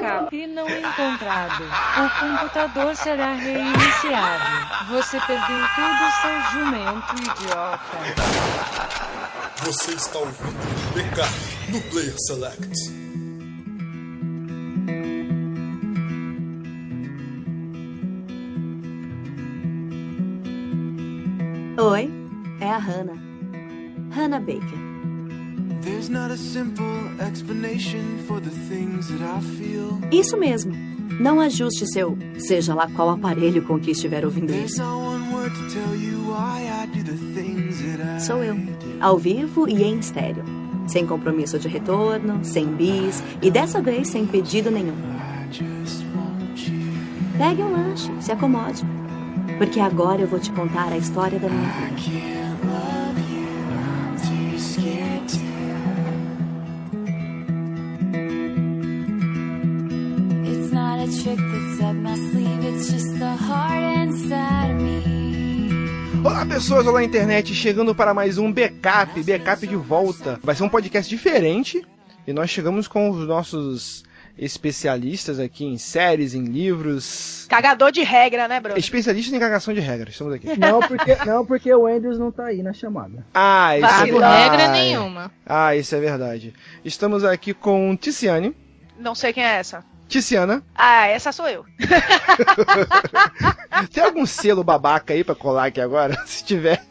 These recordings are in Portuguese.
backup não encontrado. O computador será reiniciado. Você perdeu tudo, seu jumento idiota. Você está ouvindo backup no Player Select. Oi, é a Hannah. Hannah Baker. Isso mesmo. Não ajuste seu, seja lá qual aparelho com que estiver ouvindo isso. Sou eu, ao vivo e em estéreo. Sem compromisso de retorno, sem bis e dessa vez sem pedido nenhum. Pegue um lanche, se acomode. Porque agora eu vou te contar a história da minha vida. Olá pessoas, olá internet, chegando para mais um Backup de volta. Vai ser um podcast diferente e nós chegamos com os nossos especialistas aqui em séries, em livros. Cagador de regra, né, bro? Especialistas em cagação de regras, estamos aqui. Não, porque o Andrews não tá aí na chamada. Ah, isso é verdade. Regra nenhuma. Ah, isso é verdade. Estamos aqui com Ticiane. Não sei quem é essa. Ticiana. Ah, essa sou eu. Tem algum selo babaca aí pra colar aqui agora? Se tiver.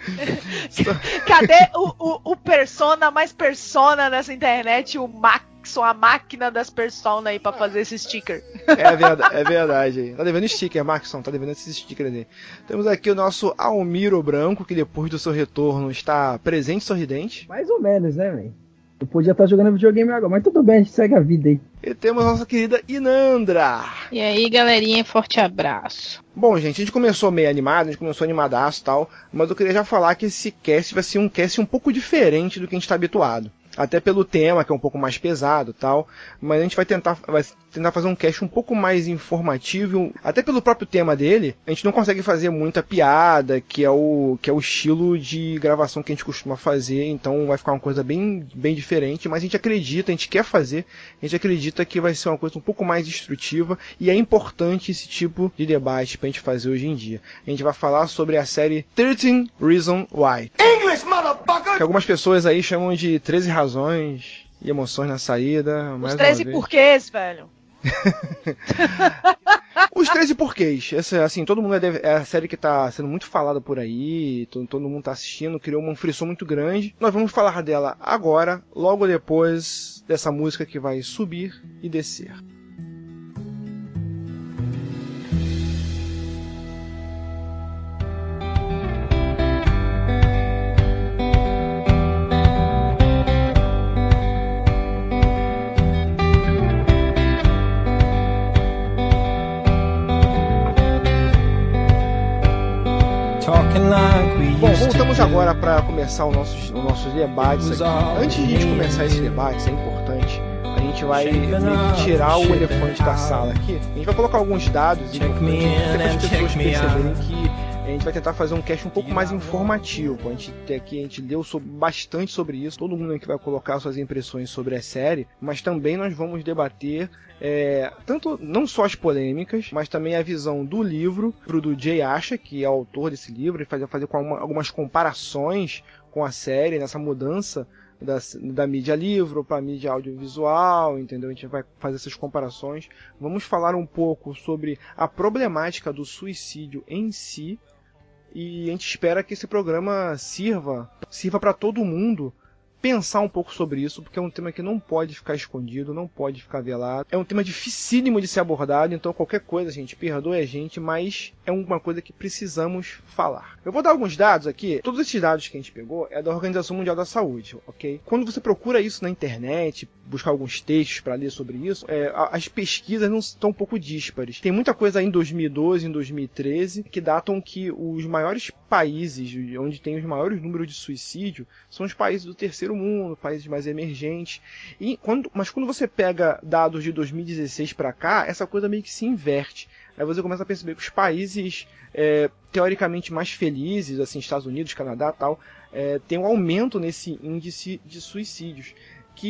Cadê o persona mais persona nessa internet? O Maxon, a máquina das persona aí pra fazer esse sticker. É verdade. Tá devendo sticker, Maxon, tá devendo esse sticker aí. Temos aqui o nosso Almiro Branco, que depois do seu retorno está presente e sorridente. Mais ou menos, né, velho? Eu podia estar jogando videogame agora, mas tudo bem, a gente segue a vida aí. E temos a nossa querida Inandra. E aí, galerinha, forte abraço. Bom, gente, a gente começou meio animado, a gente começou animadaço e tal, mas eu queria já falar que esse cast vai ser um cast um pouco diferente do que a gente está habituado. Até pelo tema, que é um pouco mais pesado e tal, mas a gente vai tentar fazer um cast um pouco mais informativo, até pelo próprio tema dele. A gente não consegue fazer muita piada, que é o estilo de gravação que a gente costuma fazer, então vai ficar uma coisa bem diferente, mas a gente acredita, a gente quer fazer, a gente acredita que vai ser uma coisa um pouco mais instrutiva, e é importante esse tipo de debate pra gente fazer hoje em dia. A gente vai falar sobre a série 13 Reasons Why. English, motherfucker! Que algumas pessoas aí chamam de 13 razões e emoções na saída. Os 13 porquês, velho. Os 13 porquês. Essa, assim, todo mundo é a série que tá sendo muito falada por aí, todo mundo tá assistindo, criou uma frição muito grande. Nós vamos falar dela agora, logo depois dessa música que vai subir e descer. Bom, voltamos agora para começar os nossos debates aqui. Antes de a gente começar esses debates, é importante, a gente vai tirar o elefante da sala aqui. A gente vai colocar alguns dados e para as pessoas perceberem que a gente vai tentar fazer um cast um pouco mais informativo. A gente leu bastante sobre isso, todo mundo aqui vai colocar suas impressões sobre a série, mas também nós vamos debater tanto não só as polêmicas, mas também a visão do livro, do Jay Asher, que é o autor desse livro, e fazer com algumas comparações com a série, nessa mudança da mídia livro para a mídia audiovisual, entendeu? A gente vai fazer essas comparações. Vamos falar um pouco sobre a problemática do suicídio em si, e a gente espera que esse programa sirva para todo mundo pensar um pouco sobre isso, porque é um tema que não pode ficar escondido, não pode ficar velado. É um tema dificílimo de ser abordado, então qualquer coisa, gente, perdoe a gente, mas é uma coisa que precisamos falar. Eu vou dar alguns dados aqui. Todos esses dados que a gente pegou é da Organização Mundial da Saúde, ok? Quando você procura isso na internet, buscar alguns textos para ler sobre isso, as pesquisas não estão um pouco díspares. Tem muita coisa aí em 2012, em 2013, que datam que os maiores países onde tem os maiores números de suicídio são os países do terceiro mundo, países mais emergentes. Mas quando você pega dados de 2016 para cá, essa coisa meio que se inverte. Aí você começa a perceber que os países teoricamente mais felizes, assim, Estados Unidos, Canadá e tal, tem um aumento nesse índice de suicídios, que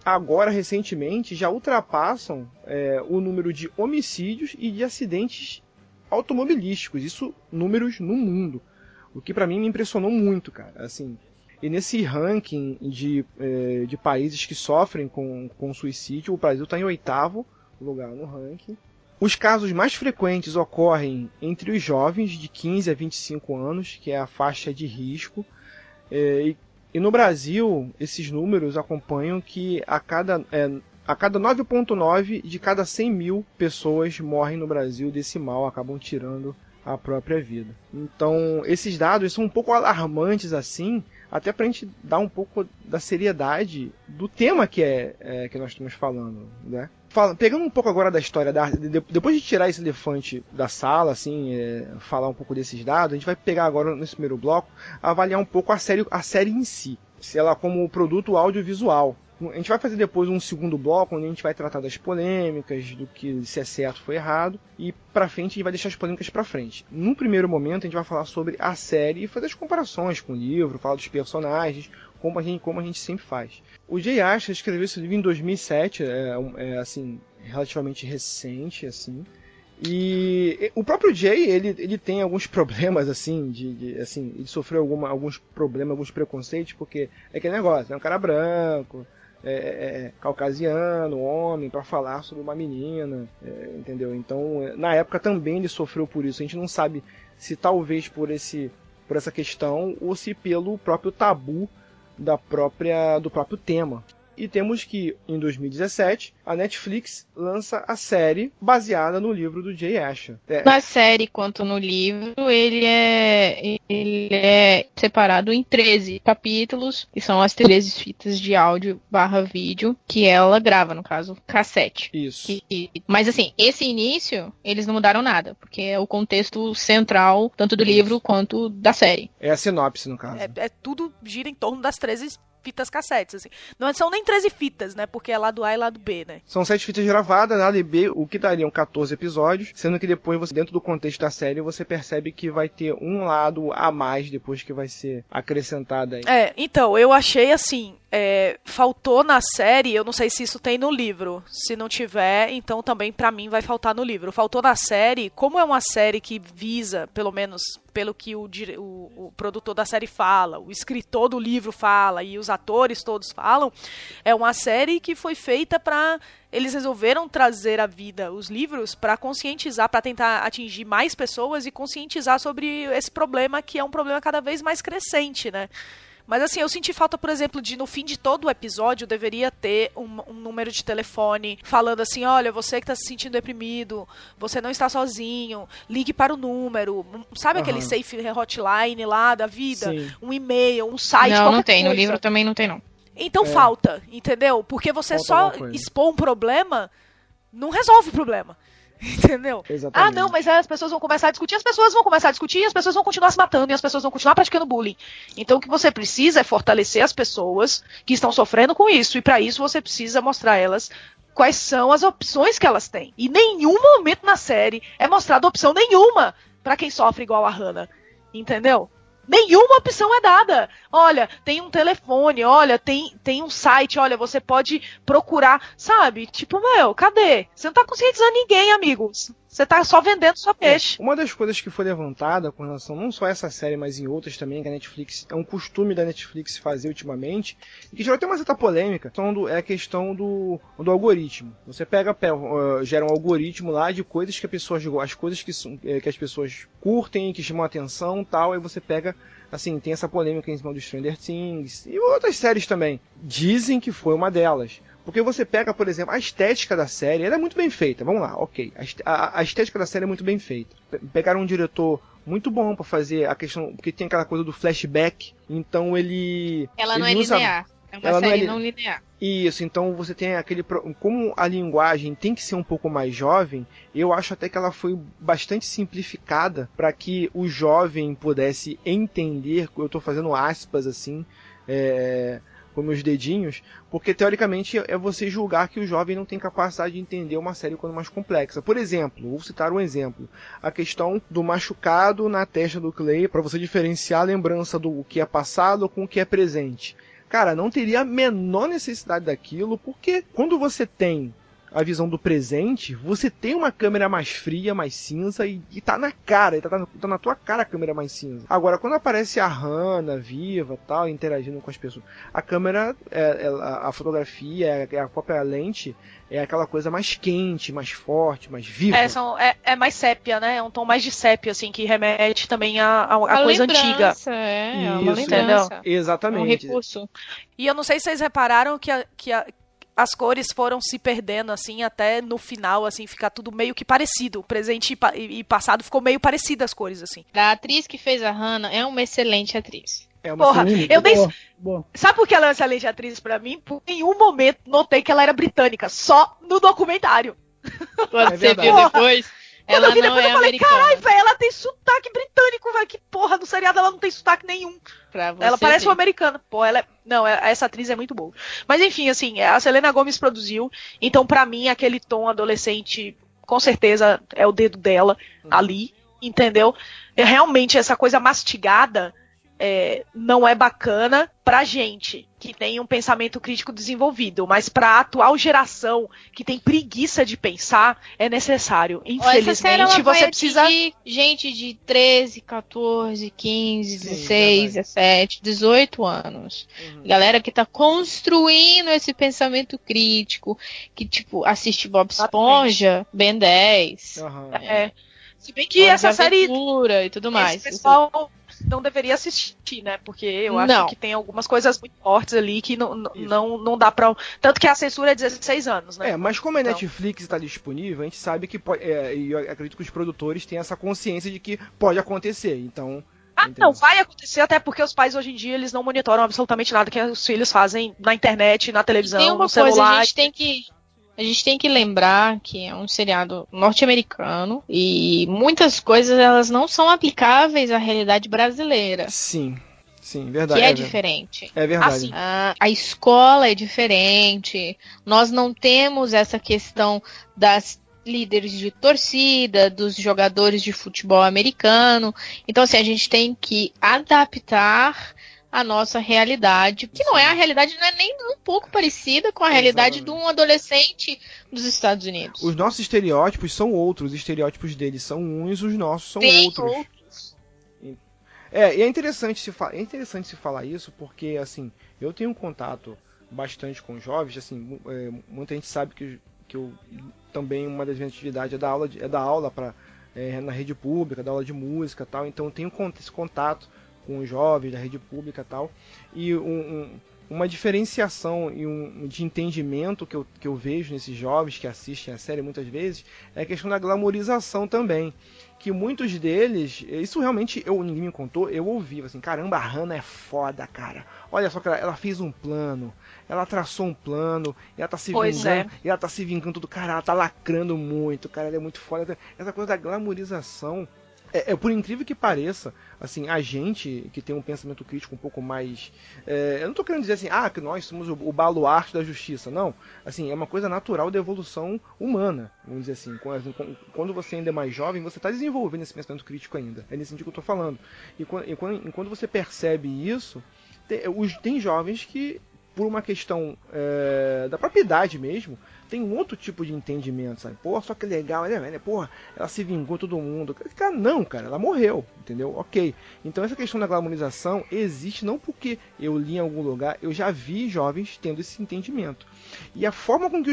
agora, recentemente, já ultrapassam o número de homicídios e de acidentes automobilísticos. Isso, números no mundo. O que pra mim me impressionou muito, cara. Assim, e nesse ranking de países que sofrem com suicídio, o Brasil está em 8º lugar no ranking. Os casos mais frequentes ocorrem entre os jovens de 15 a 25 anos, que é a faixa de risco. E no Brasil, esses números acompanham que a cada 9,9 de cada 100 mil pessoas morrem no Brasil desse mal, acabam tirando a própria vida. Então, esses dados são um pouco alarmantes assim, até para a gente dar um pouco da seriedade do tema que nós estamos falando, né? Pegando um pouco agora da história depois de tirar esse elefante da sala, assim, falar um pouco desses dados, a gente vai pegar agora nesse primeiro bloco, avaliar um pouco a série em si, se ela como produto audiovisual. A gente vai fazer depois um segundo bloco, onde a gente vai tratar das polêmicas, do que se é certo ou foi errado, e pra frente a gente vai deixar as polêmicas pra frente. Num primeiro momento a gente vai falar sobre a série e fazer as comparações com o livro, falar dos personagens, como a gente sempre faz. O Jay Asher escreveu esse livro em 2007, assim, relativamente recente, assim. E o próprio Jay, ele tem alguns problemas, assim, assim, ele sofreu alguns problemas, alguns preconceitos, porque é aquele negócio, é um cara branco, caucasiano, homem, para falar sobre uma menina, entendeu? Então, na época também ele sofreu por isso. A gente não sabe se talvez por essa questão ou se pelo próprio tabu do próprio tema. E temos que, em 2017, a Netflix lança a série baseada no livro do Jay Asher. Na série, quanto no livro, ele é separado em 13 capítulos, que são as 13 fitas de áudio / vídeo que ela grava, no caso, cassete. Isso. Mas assim, esse início, eles não mudaram nada, porque é o contexto central, tanto do livro quanto da série. É a sinopse, no caso. Tudo gira em torno das 13 fitas cassetes, assim. Não são nem 13 fitas, né? Porque é lado A e lado B, né? São 7 fitas gravadas, lado B, o que dariam 14 episódios, sendo que depois, você, dentro do contexto da série, você percebe que vai ter um lado a mais depois que vai ser acrescentado aí. Então, eu achei assim, faltou na série, eu não sei se isso tem no livro, se não tiver, então também pra mim vai faltar no livro. Faltou na série, como é uma série que visa, pelo menos pelo que o produtor da série fala, o escritor do livro fala e os atores todos falam, é uma série que foi feita pra... Eles resolveram trazer à vida os livros para conscientizar, para tentar atingir mais pessoas e conscientizar sobre esse problema, que é um problema cada vez mais crescente, né? Mas assim, eu senti falta, por exemplo, de no fim de todo o episódio deveria ter um número de telefone falando assim, olha, você que está se sentindo deprimido, você não está sozinho, ligue para o número, sabe aquele safe hotline lá da vida? Sim. Um e-mail, um site, não tem, coisa. No livro também não tem, não. Então falta, entendeu? Porque você falta só expor um problema não resolve o problema. Entendeu? Exatamente. Não, mas aí as pessoas vão começar a discutir, as pessoas vão começar a discutir e as pessoas vão continuar se matando e as pessoas vão continuar praticando bullying. Então o que você precisa é fortalecer as pessoas que estão sofrendo com isso, e para isso você precisa mostrar a elas quais são as opções que elas têm. E nenhum momento na série é mostrada opção nenhuma para quem sofre igual a Hannah. Entendeu? Nenhuma opção é dada. Olha, tem um telefone, olha, tem um site, olha, você pode procurar, sabe? Tipo, cadê? Você não tá conscientizando ninguém, amigos. Você tá só vendendo sua peixe. Uma das coisas que foi levantada com relação não só a essa série, mas em outras também, que a Netflix, é um costume da Netflix fazer ultimamente, e que gerou até uma certa polêmica, é a questão do algoritmo. Você gera um algoritmo lá de coisas que as coisas que as pessoas curtem, que chamam a atenção e tal, aí você pega, assim, tem essa polêmica em cima do Stranger Things e outras séries também. Dizem que foi uma delas. Porque você pega, por exemplo, a estética da série, ela é muito bem feita, vamos lá, ok. A estética da série é muito bem feita. Pegaram um diretor muito bom pra fazer a questão, porque tem aquela coisa do flashback, então Ela não é linear, é uma série não linear. Isso, então você tem como a linguagem tem que ser um pouco mais jovem, eu acho até que ela foi bastante simplificada para que o jovem pudesse entender, eu tô fazendo aspas assim, com meus dedinhos, porque teoricamente é você julgar que o jovem não tem capacidade de entender uma série quando mais complexa. Por exemplo, vou citar um exemplo, a questão do machucado na testa do Clay, para você diferenciar a lembrança do que é passado com o que é presente. cara, não teria a menor necessidade daquilo, porque quando você tem a visão do presente, você tem uma câmera mais fria, mais cinza, e tá na cara, tá na tua cara a câmera mais cinza. Agora, quando aparece a Hannah viva, tal, interagindo com as pessoas, a câmera, a fotografia, a própria lente, é aquela coisa mais quente, mais forte, mais viva. É mais sépia, né? É um tom mais de sépia, assim, que remete também a coisa antiga. É uma lembrança. Entendeu? Exatamente. É um recurso. E eu não sei se vocês repararam que as cores foram se perdendo, assim, até no final, assim, ficar tudo meio que parecido. O presente e passado ficou meio parecido as cores, assim. A atriz que fez a Hannah é uma excelente atriz. Porra, eu nem... Boa. Sabe por que ela é uma excelente atriz pra mim? Por nenhum momento notei que ela era britânica. Só no documentário. Quando você viu depois... Quando eu vi depois, eu falei, americana. caralho, velho, ela tem sotaque britânico, velho. Que porra, no seriado ela não tem sotaque nenhum. Ela parece uma americana. Pô, essa atriz é muito boa. Mas enfim, assim, a Selena Gomez produziu. Então, pra mim, aquele tom adolescente, com certeza, é o dedo dela ali, entendeu? Realmente, essa coisa mastigada não é bacana pra gente que tem um pensamento crítico desenvolvido, mas pra atual geração que tem preguiça de pensar, é necessário. Infelizmente, você precisa... gente de 13, 14, 15, 16, 17, 18 anos. Galera que tá construindo esse pensamento crítico, que, tipo, assiste Bob Esponja, Ben 10. Se bem que essa série... e tudo mais. Esse pessoal não deveria assistir, né? Porque eu acho que tem algumas coisas muito fortes ali que não dá pra... Tanto que a censura é 16 anos, né? Mas como a Netflix está disponível, a gente sabe que pode... e eu acredito que os produtores têm essa consciência de que pode acontecer, então... Não, vai acontecer, até porque os pais hoje em dia, eles não monitoram absolutamente nada que os filhos fazem na internet, na televisão, no celular. A gente tem que lembrar que é um seriado norte-americano e muitas coisas elas não são aplicáveis à realidade brasileira. Sim, verdade. Que é diferente. É verdade. A escola é diferente. Nós não temos essa questão das líderes de torcida, dos jogadores de futebol americano. Então, assim, a gente tem que adaptar a nossa realidade, que não é a realidade, não é nem um pouco parecida com a realidade de um adolescente dos Estados Unidos. Os nossos estereótipos são outros, os estereótipos deles são uns, os nossos são outros. E é interessante se falar isso, porque, assim, eu tenho um contato bastante com jovens, assim, muita gente sabe que eu também, uma das minhas atividades é dar aula na rede pública, dar aula de música e tal, então eu tenho esse contato com os jovens da rede pública e tal, e uma diferenciação e de entendimento que eu vejo nesses jovens que assistem a série muitas vezes é a questão da glamorização também, que muitos deles, isso realmente ninguém me contou, eu ouvi, assim, caramba, a Hannah é foda, cara, olha só que ela fez um plano, ela traçou um plano, e ela tá se vingando, e ela tá se vingando do cara, ela tá lacrando muito, cara, ela é muito foda, essa coisa da glamorização. Por incrível que pareça, assim, a gente que tem um pensamento crítico um pouco mais... eu não tô querendo dizer assim, que nós somos o baluarte da justiça, não. Assim, é uma coisa natural da evolução humana, vamos dizer assim. Quando você ainda é mais jovem, você está desenvolvendo esse pensamento crítico ainda. É nesse sentido que eu tô falando. E quando você percebe isso, tem jovens que, por uma questão da própria idade mesmo, tem um outro tipo de entendimento, sabe? Pô, só que legal, né? Porra, ela se vingou todo mundo. Cara, não, cara, ela morreu, entendeu? Ok. Então essa questão da glamorização existe não porque eu li em algum lugar, eu já vi jovens tendo esse entendimento. E a forma com que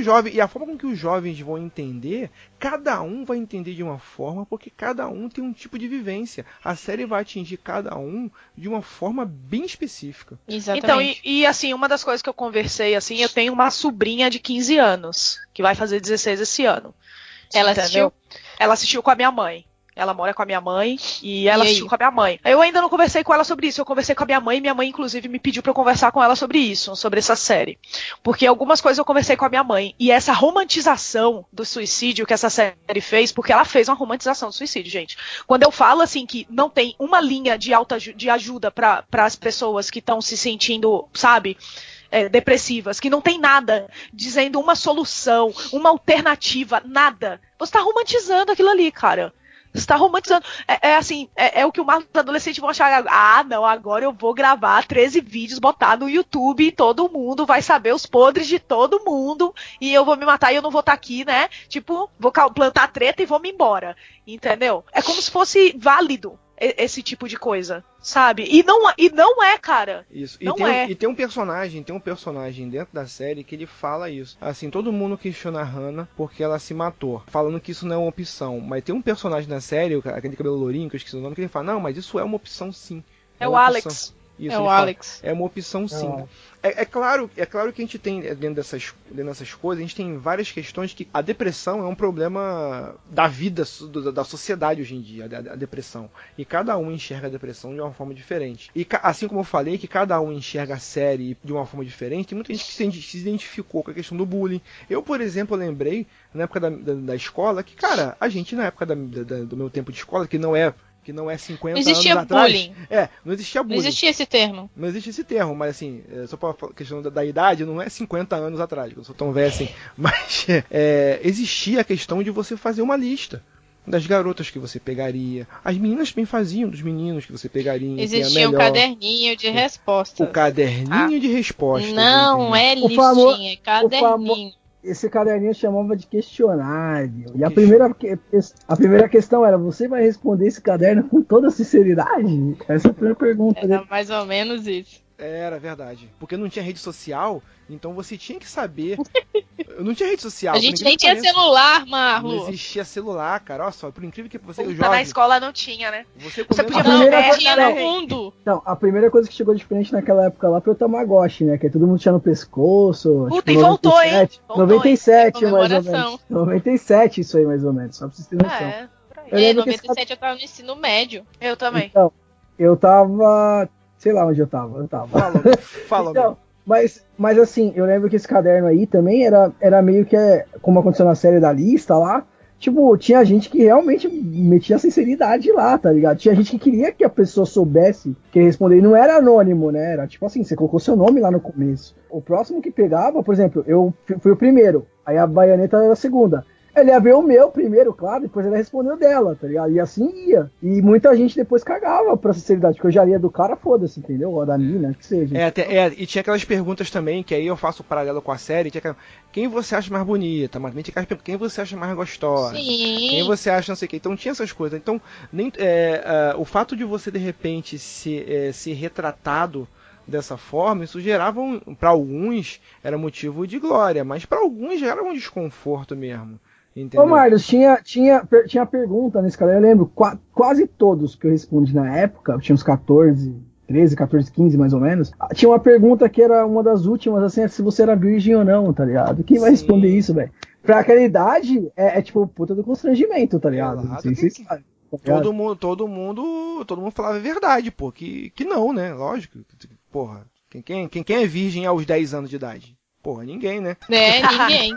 os jovens vão entender, cada um vai entender de uma forma, porque cada um tem um tipo de vivência. A série vai atingir cada um de uma forma bem específica. Exatamente. Então, assim, uma das coisas que eu conversei, assim, eu tenho uma sobrinha de 15 anos, que vai fazer 16 esse ano. Ela assistiu? Ela assistiu com a minha mãe. Ela mora com a minha mãe e ela assistiu com a minha mãe. Eu ainda não conversei com ela sobre isso. Eu conversei com a minha mãe e minha mãe, inclusive, me pediu pra eu conversar com ela sobre isso, sobre essa série. Porque algumas coisas eu conversei com a minha mãe. E essa romantização do suicídio que essa série fez, porque ela fez uma romantização do suicídio, gente. Quando eu falo, assim, que não tem uma linha de ajuda para as pessoas que estão se sentindo, sabe... depressivas, que não tem nada dizendo uma solução, uma alternativa, nada. Você tá romantizando aquilo ali, cara. Você tá romantizando. É o que o Marcos adolescente vão achar. Ah, não, agora eu vou gravar 13 vídeos, botar no YouTube e todo mundo vai saber os podres de todo mundo e eu vou me matar e eu não vou estar aqui, né? Tipo, vou plantar treta e vou me embora. Entendeu? É como se fosse válido esse tipo de coisa, sabe? E não é, cara. Isso. E tem um personagem dentro da série que ele fala isso. Assim, todo mundo questiona a Hannah porque ela se matou, falando que isso não é uma opção. Mas tem um personagem na série, aquele cabelo lourinho, que eu esqueci o nome, que ele fala, não, mas isso é uma opção sim. É o Alex. Isso, é o Alex. É uma opção sim. É claro que a gente tem dentro dessas coisas, a gente tem várias questões que a depressão é um problema da vida, da sociedade hoje em dia, a depressão. E cada um enxerga a depressão de uma forma diferente. E assim como eu falei que cada um enxerga a série de uma forma diferente, tem muita gente que se identificou com a questão do bullying. Eu, por exemplo, lembrei, na época da escola, que, cara, a gente na época do meu tempo de escola, que não é 50 anos atrás. Bullying. Não existia bullying. Não existia esse termo. Não existe esse termo, mas assim, só pra questão da idade, não é 50 anos atrás, eu não sou tão velho assim. Mas existia a questão de você fazer uma lista das garotas que você pegaria. As meninas também faziam dos meninos que você pegaria. Existia um caderninho de respostas. O caderninho de respostas. Não é listinha, é caderninho. Esse caderninho chamava de questionário. E a primeira questão era, você vai responder esse caderno com toda sinceridade? Essa é a primeira pergunta. Era mais ou menos isso. Era verdade. Porque não tinha rede social, então você tinha que saber. Não tinha rede social. A gente nem tinha celular, Marlo. Não existia celular, cara. Olha só, por incrível que você jovem, na escola não tinha, né? Você podia tinha no mundo. Então, a primeira coisa que chegou diferente naquela época lá foi o Tamagotchi, né? Que todo mundo tinha no pescoço. Puta, e voltou, hein? 97, mais ou menos. 97, isso aí, mais ou menos. Só pra vocês terem noção. 97 eu tava no ensino médio. Eu também. Então, eu tava... Sei lá onde eu tava. Fala, então, mas assim, eu lembro que esse caderno aí também era meio que, como aconteceu na série da lista lá, tipo, tinha gente que realmente metia sinceridade lá, tá ligado? Tinha gente que queria que a pessoa soubesse que responder, e não era anônimo, né? Era tipo assim, você colocou seu nome lá no começo. O próximo que pegava, por exemplo, eu fui o primeiro, aí a Baianeta era a segunda. Ele ia ver o meu primeiro, claro, depois ele respondeu dela, tá ligado? E assim ia. E muita gente depois cagava pra sinceridade, porque eu já lia do cara, foda-se, entendeu? Ou da mina, que seja. E tinha aquelas perguntas também, que aí eu faço o paralelo com a série, quem você acha mais bonita? Mas também tinha aquelas perguntas, quem você acha mais gostosa? Sim. Quem você acha não sei o que? Então tinha essas coisas. Então, o fato de você, de repente, ser retratado dessa forma, isso gerava, para alguns, era motivo de glória, mas para alguns já era um desconforto mesmo. Entendeu? Ô Marlos, tinha pergunta nesse cara, eu lembro, quase todos que eu respondi na época, eu tinha uns 13, 14, 15 mais ou menos, tinha uma pergunta que era uma das últimas, assim, se você era virgem ou não, tá ligado? Quem vai responder isso, velho? Pra aquela idade, é tipo, puta do constrangimento, tá ligado? Não sei se vocês sabem. Todo mundo falava a verdade, pô, que não, né? Lógico. Porra, quem é virgem aos 10 anos de idade? Porra, ninguém, né? Ninguém.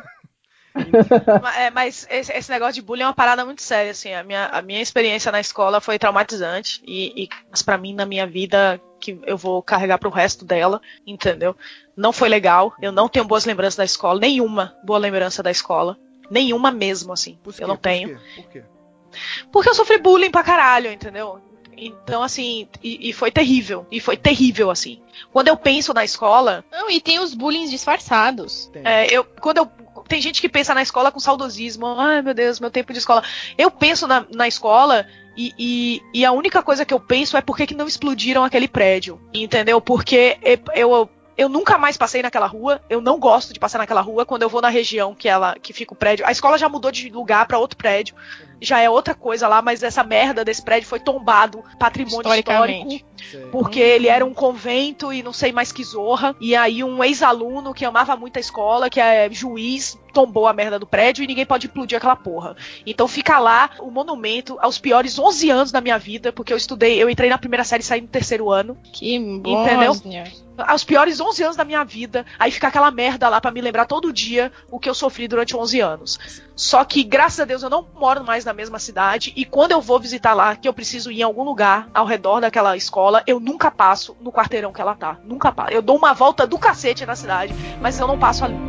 Mas esse negócio de bullying é uma parada muito séria, assim. A minha experiência na escola foi traumatizante e pra mim, na minha vida, que eu vou carregar pro resto dela, entendeu? Não foi legal, eu não tenho boas lembranças da escola, nenhuma boa lembrança da escola, nenhuma mesmo, assim. Eu não tenho. Por quê? Porque eu sofri bullying pra caralho, entendeu? Então, assim, e foi terrível. E foi terrível, assim. Quando eu penso na escola... Não, e tem os bullying disfarçados. Tem gente que pensa na escola com saudosismo. Ai, meu Deus, meu tempo de escola. Eu penso na escola e a única coisa que eu penso é por que não explodiram aquele prédio. Entendeu? Porque eu nunca mais passei naquela rua. Eu não gosto de passar naquela rua. Quando eu vou na região que fica o prédio... A escola já mudou de lugar pra outro prédio. Já é outra coisa lá, mas essa merda desse prédio foi tombado, patrimônio histórico, porque ele era um convento e não sei mais que zorra, e aí um ex-aluno que amava muito a escola, que é juiz, tombou a merda do prédio e ninguém pode implodir aquela porra. Então fica lá o monumento aos piores 11 anos da minha vida, porque eu entrei na primeira série e saí no terceiro ano. Que entendeu? Aos piores 11 anos da minha vida, aí fica aquela merda lá pra me lembrar todo dia o que eu sofri durante 11 anos. Só que, graças a Deus, eu não moro mais na mesma cidade, e quando eu vou visitar lá, que eu preciso ir em algum lugar ao redor daquela escola, eu nunca passo no quarteirão que ela tá. Nunca passo. Eu dou uma volta do cacete na cidade, mas eu não passo ali.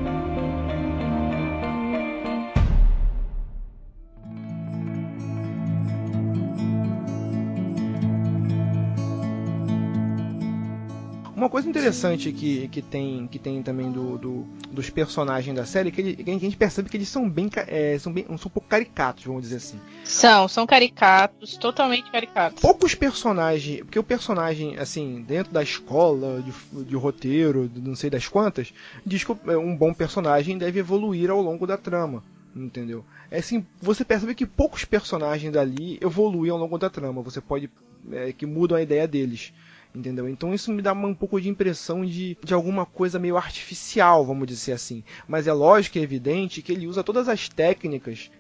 Uma coisa interessante que tem também dos personagens da série, que a gente percebe que eles são são um pouco caricatos, vamos dizer assim. São caricatos, totalmente caricatos. Poucos personagens, porque o personagem, assim, dentro da escola de roteiro, não sei das quantas, diz que um bom personagem deve evoluir ao longo da trama, entendeu? É assim, você percebe que poucos personagens dali evoluem ao longo da trama, você pode, que mudam a ideia deles. Entendeu? Então isso me dá um pouco de impressão de alguma coisa meio artificial, vamos dizer assim. Mas é lógico e evidente que ele usa todas as técnicas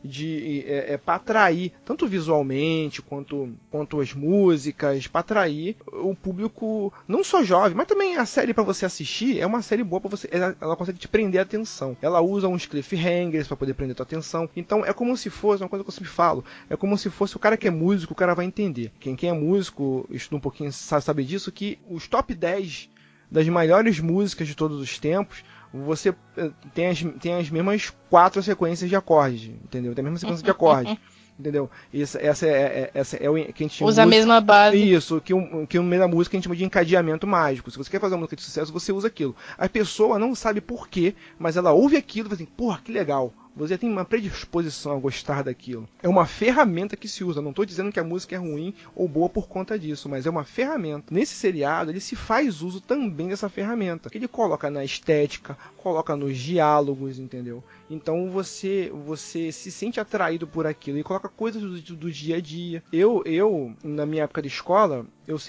para atrair, tanto visualmente quanto as músicas, para atrair o público, não só jovem, mas também a série para você assistir é uma série boa para você. Ela consegue te prender a atenção. Ela usa uns cliffhangers para poder prender a tua atenção. Então é como se fosse, uma coisa que eu sempre falo, é como se fosse o cara que é músico, o cara vai entender. Quem é músico, estuda um pouquinho, sabe disso, que os top 10 das maiores músicas de todos os tempos, você tem as mesmas 4 sequências de acordes, entendeu? Tem a mesma sequência de acordes, entendeu? Essa é o que a gente usa a mesma base. Isso, que no meio da música a gente chama de encadeamento mágico. Se você quer fazer uma música de sucesso, você usa aquilo. A pessoa não sabe por quê, mas ela ouve aquilo e fala assim, porra, que legal. Você tem uma predisposição a gostar daquilo. É uma ferramenta que se usa. Não estou dizendo que a música é ruim ou boa por conta disso, mas é uma ferramenta. Nesse seriado, ele se faz uso também dessa ferramenta. Ele coloca na estética, coloca nos diálogos, entendeu? Então você se sente atraído por aquilo e coloca coisas do dia a dia. Eu na minha época de escola,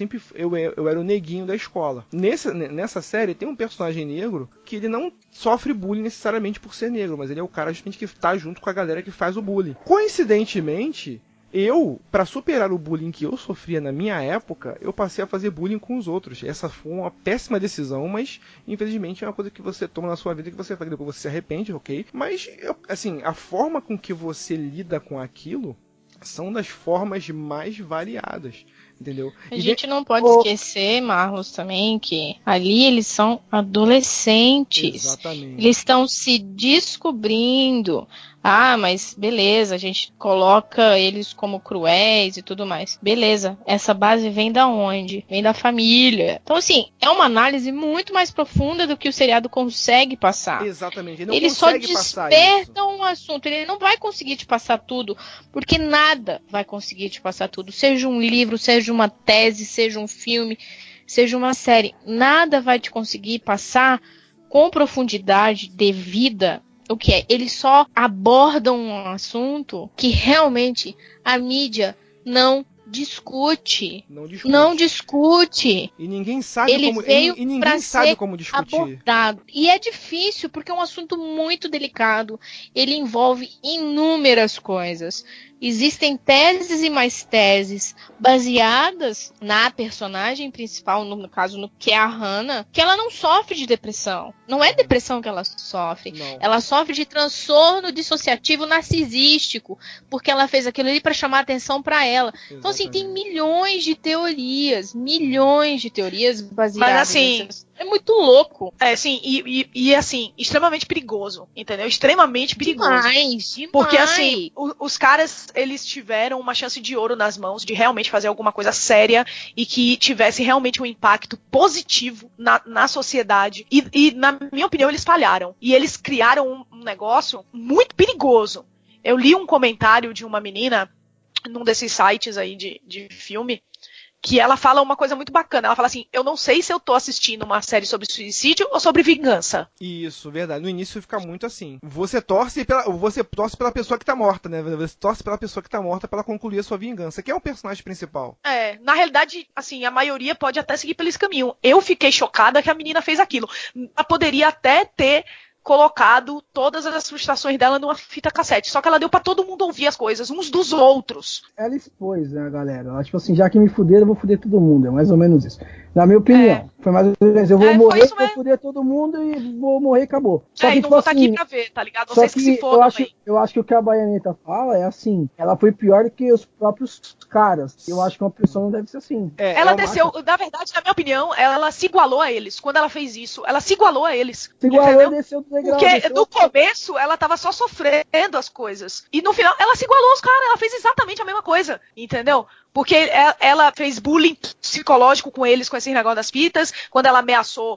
eu era o neguinho da escola. Nessa série tem um personagem negro que ele não sofre bullying necessariamente por ser negro, mas ele é o cara justamente que tá junto com a galera que faz o bullying. Coincidentemente, para superar o bullying que eu sofria na minha época, eu passei a fazer bullying com os outros. Essa foi uma péssima decisão, mas infelizmente é uma coisa que você toma na sua vida que você faz, depois você se arrepende, ok? Mas, assim, a forma com que você lida com aquilo são das formas mais variadas. Entendeu? A gente não pode esquecer, Marlos, também, que ali eles são adolescentes. Exatamente. Eles estão se descobrindo. Ah, mas beleza, a gente coloca eles como cruéis e tudo mais. Beleza, essa base vem da onde? Vem da família. Então, assim, é uma análise muito mais profunda do que o seriado consegue passar. Exatamente. Ele não ele consegue só passar desperta isso. um assunto. Ele não vai conseguir te passar tudo, porque nada vai conseguir te passar tudo. Seja um livro, seja uma tese, seja um filme, seja uma série. Nada vai te conseguir passar com profundidade devida. O que é? Eles só abordam um assunto que realmente a mídia não discute. Não discute. E ninguém sabe Ele como veio e ninguém pra sabe ser como discutir. abordado. E é difícil porque é um assunto muito delicado. Ele envolve inúmeras coisas. Existem teses e mais teses baseadas na personagem principal, no caso, no que é a Hannah, que ela não sofre de depressão. Não é depressão que ela sofre. Não. Ela sofre de transtorno dissociativo narcisístico, porque ela fez aquilo ali para chamar atenção para ela. Exatamente. Então, assim, tem milhões de teorias baseadas. Mas, assim, nessas... É muito louco. É, assim, e assim, extremamente perigoso, entendeu? Extremamente perigoso. Demais. Porque, assim, os caras, eles tiveram uma chance de ouro nas mãos de realmente fazer alguma coisa séria e que tivesse realmente um impacto positivo na sociedade. E, na minha opinião, eles falharam. E eles criaram um negócio muito perigoso. Eu li um comentário de uma menina num desses sites aí de filme, que ela fala uma coisa muito bacana. Ela fala assim, eu não sei se eu tô assistindo uma série sobre suicídio ou sobre vingança. Isso, verdade. No início fica muito assim. Você torce pela pessoa que tá morta, né? Você torce pela pessoa que tá morta pra ela concluir a sua vingança, que é o personagem principal. É, na realidade, assim, a maioria pode até seguir pelo esse caminho. Eu fiquei chocada que a menina fez aquilo. Ela poderia até ter colocado todas as frustrações dela numa fita cassete. Só que ela deu pra todo mundo ouvir as coisas, uns dos outros. Ela expôs, né, galera? Ela, tipo assim, já que me fuderam, eu vou fuder todo mundo. É mais ou menos isso. Na minha opinião. Foi mais ou menos, eu vou morrer, vou fuder todo mundo e vou morrer e acabou. Só que, e não tipo, vou estar assim, aqui pra ver, tá ligado? Vocês que se fodam também. Eu acho que o que a Baianeta fala é assim, ela foi pior do que os próprios caras. Eu acho que uma pessoa não deve ser assim. Ela desceu, na verdade, na minha opinião, ela se igualou a eles. Quando ela fez isso, ela se igualou a eles. Se igualou e desceu do degrau. Porque no começo, ela tava só sofrendo as coisas. E no final, ela se igualou aos caras. Ela fez exatamente a mesma coisa, entendeu? Porque ela fez bullying psicológico com eles, com esse negócio das fitas, quando ela ameaçou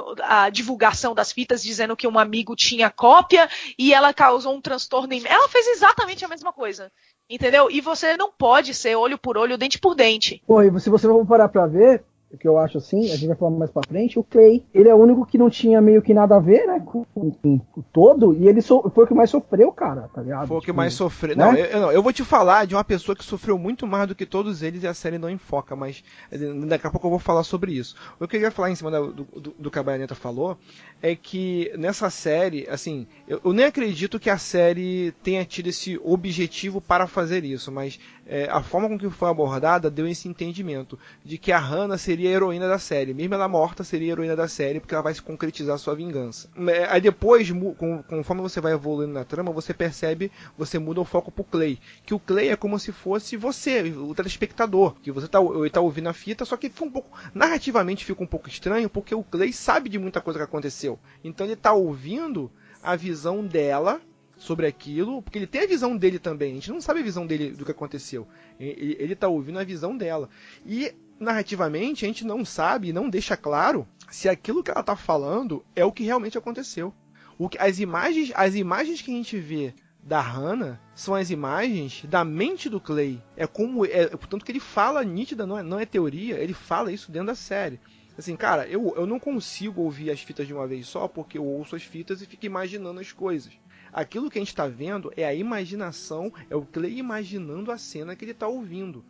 a divulgação das fitas, dizendo que um amigo tinha cópia, e ela causou um transtorno em... Ela fez exatamente a mesma coisa, entendeu? E você não pode ser olho por olho, dente por dente. Pô, e se você for parar pra ver, o que eu acho assim, a gente vai falar mais pra frente, o Clay, ele é o único que não tinha meio que nada a ver, né, com o todo, e ele foi o que mais sofreu, cara, tá ligado? Foi o que mais sofreu. Né? Não, eu vou te falar de uma pessoa que sofreu muito mais do que todos eles e a série não enfoca, mas daqui a pouco eu vou falar sobre isso. O que eu queria falar em cima do que a Baianeta falou é que nessa série, assim, eu nem acredito que a série tenha tido esse objetivo para fazer isso, mas a forma com que foi abordada deu esse entendimento de que a Hannah seria a heroína da série, mesmo ela morta seria a heroína da série, porque ela vai se concretizar a sua vingança. Aí depois, conforme você vai evoluindo na trama, você percebe, você muda o foco pro Clay, que o Clay é como se fosse você, o telespectador, que você tá ouvindo a fita, só que fica um pouco, narrativamente fica um pouco estranho, porque o Clay sabe de muita coisa que aconteceu, então ele tá ouvindo a visão dela sobre aquilo, porque ele tem a visão dele também, a gente não sabe a visão dele do que aconteceu, ele tá ouvindo a visão dela, e narrativamente a gente não sabe, não deixa claro se aquilo que ela tá falando é o que realmente aconteceu. As imagens que a gente vê da Hannah são as imagens da mente do Clay, portanto que ele fala nítida, não é teoria, ele fala isso dentro da série. Assim, cara, eu não consigo ouvir as fitas de uma vez só, porque eu ouço as fitas e fico imaginando as coisas. Aquilo que a gente está vendo é a imaginação, é o Clay imaginando a cena que ele está ouvindo.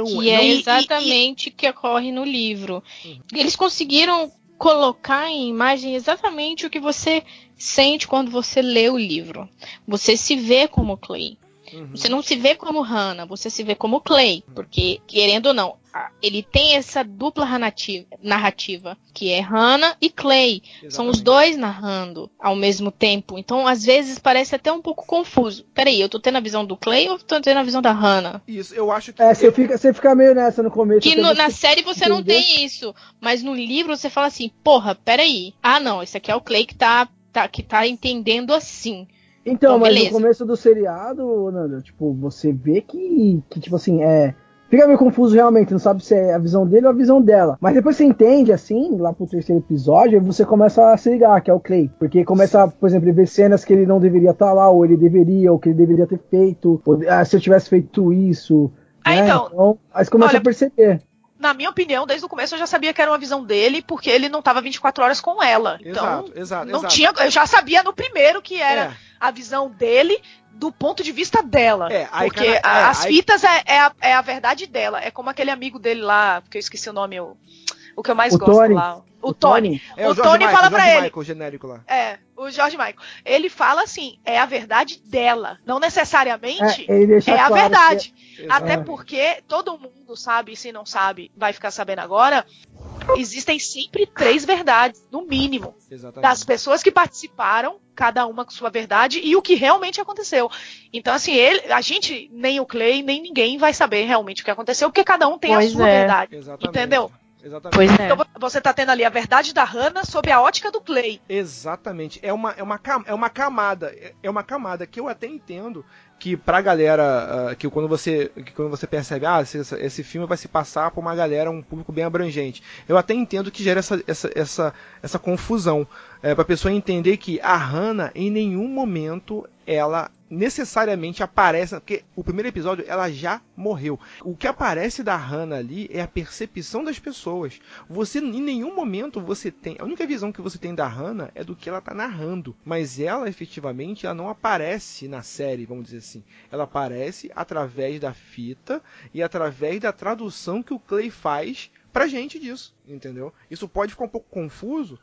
É exatamente o que ocorre no livro. Eles conseguiram colocar em imagem exatamente o que você sente quando você lê o livro. Você se vê como Clay. Você não se vê como Hannah, você se vê como Clay. Porque, querendo ou não, ele tem essa dupla narrativa, que é Hannah e Clay. Exatamente. São os dois narrando ao mesmo tempo. Então, às vezes, parece até um pouco confuso. Peraí, eu tô tendo a visão do Clay ou tô tendo a visão da Hannah? Isso, eu acho que... Você fica meio nessa no começo. Que na série você não tem isso. Mas no livro você fala assim, porra, peraí. Ah, não, esse aqui é o Clay que tá entendendo assim. Então, mas beleza. No começo do seriado, Nando, tipo, você vê que tipo assim, fica meio confuso realmente, não sabe se é a visão dele ou a visão dela. Mas depois você entende, assim, lá pro terceiro episódio, aí você começa a se ligar, que é o Clay. Porque começa, por exemplo, a ver cenas que ele não deveria estar lá, ou ele deveria, ou que ele deveria ter feito, ou, se eu tivesse feito isso. Né? Então, aí você começa a perceber. Na minha opinião, desde o começo eu já sabia que era uma visão dele, porque ele não estava 24 horas com ela. Então, exato. Eu já sabia no primeiro que era a visão dele do ponto de vista dela. Porque as fitas é a verdade dela. É como aquele amigo dele lá, porque eu esqueci o nome, o que eu mais gosto Tony. lá. O Tony. O Tony fala pra ele. Michael, genérico lá. O George Michael. Ele fala assim, é a verdade dela. Não necessariamente a claro verdade. Até porque todo mundo sabe, se não sabe, vai ficar sabendo agora, existem sempre 3 verdades, no mínimo. Exatamente. Das pessoas que participaram, cada uma com sua verdade, e o que realmente aconteceu. Então, assim, a gente, nem o Clay, nem ninguém vai saber realmente o que aconteceu, porque cada um tem a sua verdade. Exatamente. Entendeu? Exatamente. Pois é. Então você tá tendo ali a verdade da Hannah sob a ótica do Clay. Exatamente. É uma camada que eu até entendo que pra galera, que quando você percebe, esse filme vai se passar por uma galera, um público bem abrangente. Eu até entendo que gera essa confusão. Pra pessoa entender que a Hannah, em nenhum momento, ela necessariamente aparece, porque o primeiro episódio ela já morreu. O que aparece da Hannah ali é a percepção das pessoas. Você, em nenhum momento, você tem... A única visão que você tem da Hannah é do que ela está narrando. Mas ela, efetivamente, ela não aparece na série, vamos dizer assim. Ela aparece através da fita e através da tradução que o Clay faz pra gente disso, entendeu? Isso pode ficar um pouco confuso,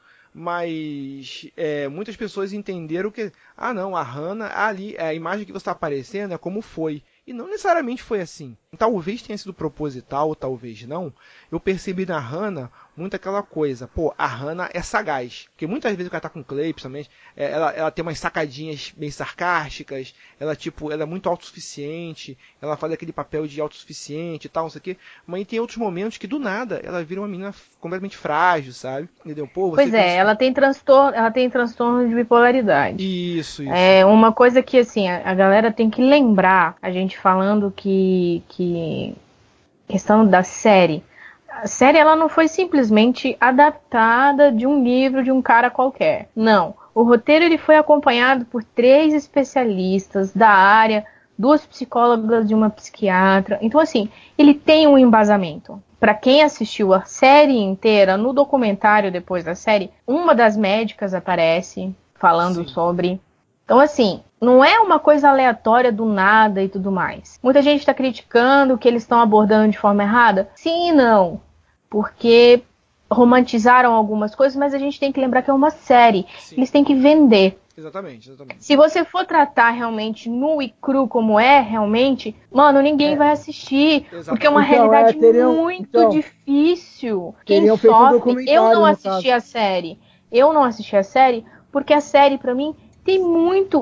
mas muitas pessoas entenderam que, não, a Hannah, ali, a imagem que você está aparecendo é como foi. E não necessariamente foi assim. Talvez tenha sido proposital, talvez não. Eu percebi na Hannah muito aquela coisa. Pô, a Hannah é sagaz. Porque muitas vezes o cara tá com o Clay, principalmente, ela tem umas sacadinhas bem sarcásticas. Ela é muito autossuficiente. Ela faz aquele papel de autossuficiente e tal, não sei o quê. Mas tem outros momentos que, do nada, ela vira uma menina completamente frágil, sabe? Entendeu? Pô, pois ela tem transtorno de bipolaridade. Isso. É uma coisa que, assim, a galera tem que lembrar, a gente falando que questão da série. A série ela não foi simplesmente adaptada de um livro de um cara qualquer. Não. O roteiro ele foi acompanhado por 3 especialistas da área, 2 psicólogas e uma psiquiatra. Então, assim, ele tem um embasamento. Para quem assistiu a série inteira, no documentário depois da série, uma das médicas aparece falando sobre. Então, assim, não é uma coisa aleatória do nada e tudo mais. Muita gente está criticando que eles estão abordando de forma errada. Sim e não. Porque romantizaram algumas coisas, mas a gente tem que lembrar que é uma série. Sim. Eles têm que vender. Exatamente. Se você for tratar realmente nu e cru como é realmente, mano, ninguém vai assistir. Exatamente. Porque é uma realidade muito difícil. Quem sofre, eu não assisti a série. Eu não assisti a série porque a série, pra mim, tem muito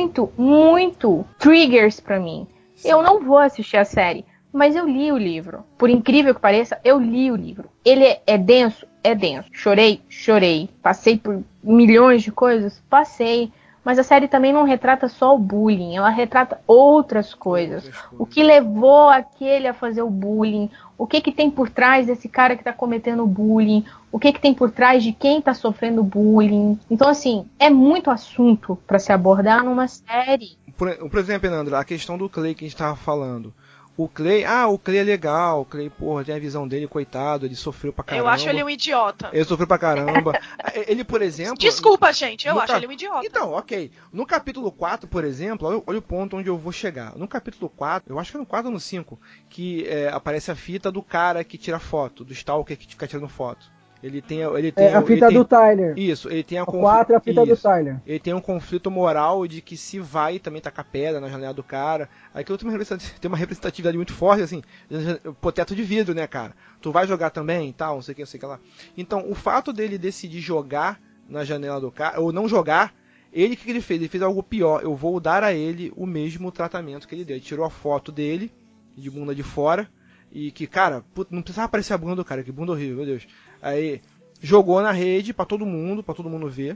triggers pra mim. Sim. Eu não vou assistir a série, mas eu li o livro. Por incrível que pareça, eu li o livro. Ele é denso? É denso. Chorei. Passei por milhões de coisas? Passei. Mas a série também não retrata só o bullying, ela retrata outras coisas. O que levou aquele a fazer o bullying, o que tem por trás desse cara que está cometendo bullying, o que tem por trás de quem está sofrendo bullying. Então, assim, é muito assunto para se abordar numa série. Por exemplo, Fernando, a questão do Clay que a gente estava falando. O Clay é legal, o Clay, porra, tem a visão dele, coitado, ele sofreu pra caramba. Eu acho ele um idiota. Ele sofreu pra caramba. Ele, por exemplo... Desculpa, gente, eu acho ele um idiota. Então, ok. No capítulo 4, por exemplo, olha o ponto onde eu vou chegar. No capítulo 4, eu acho que é no 4 ou no 5, que aparece a fita do cara que tira foto, do stalker que fica tirando foto. Ele tem a fita do Tyler. Isso, ele tem a 4 é a fita do Tyler. Ele tem um conflito moral de que se vai também tacar pedra na janela do cara. Aquilo tem uma representatividade muito forte, assim, pô, teto de vidro, né, cara? Tu vai jogar também e tal, não sei o que lá. Então, o fato dele decidir jogar na janela do cara, ou não jogar, o que ele fez? Ele fez algo pior. Eu vou dar a ele o mesmo tratamento que ele deu. Ele tirou a foto dele, de bunda de fora, e que, cara, não precisava aparecer a bunda do cara, que bunda horrível, meu Deus. Aí jogou na rede pra todo mundo ver.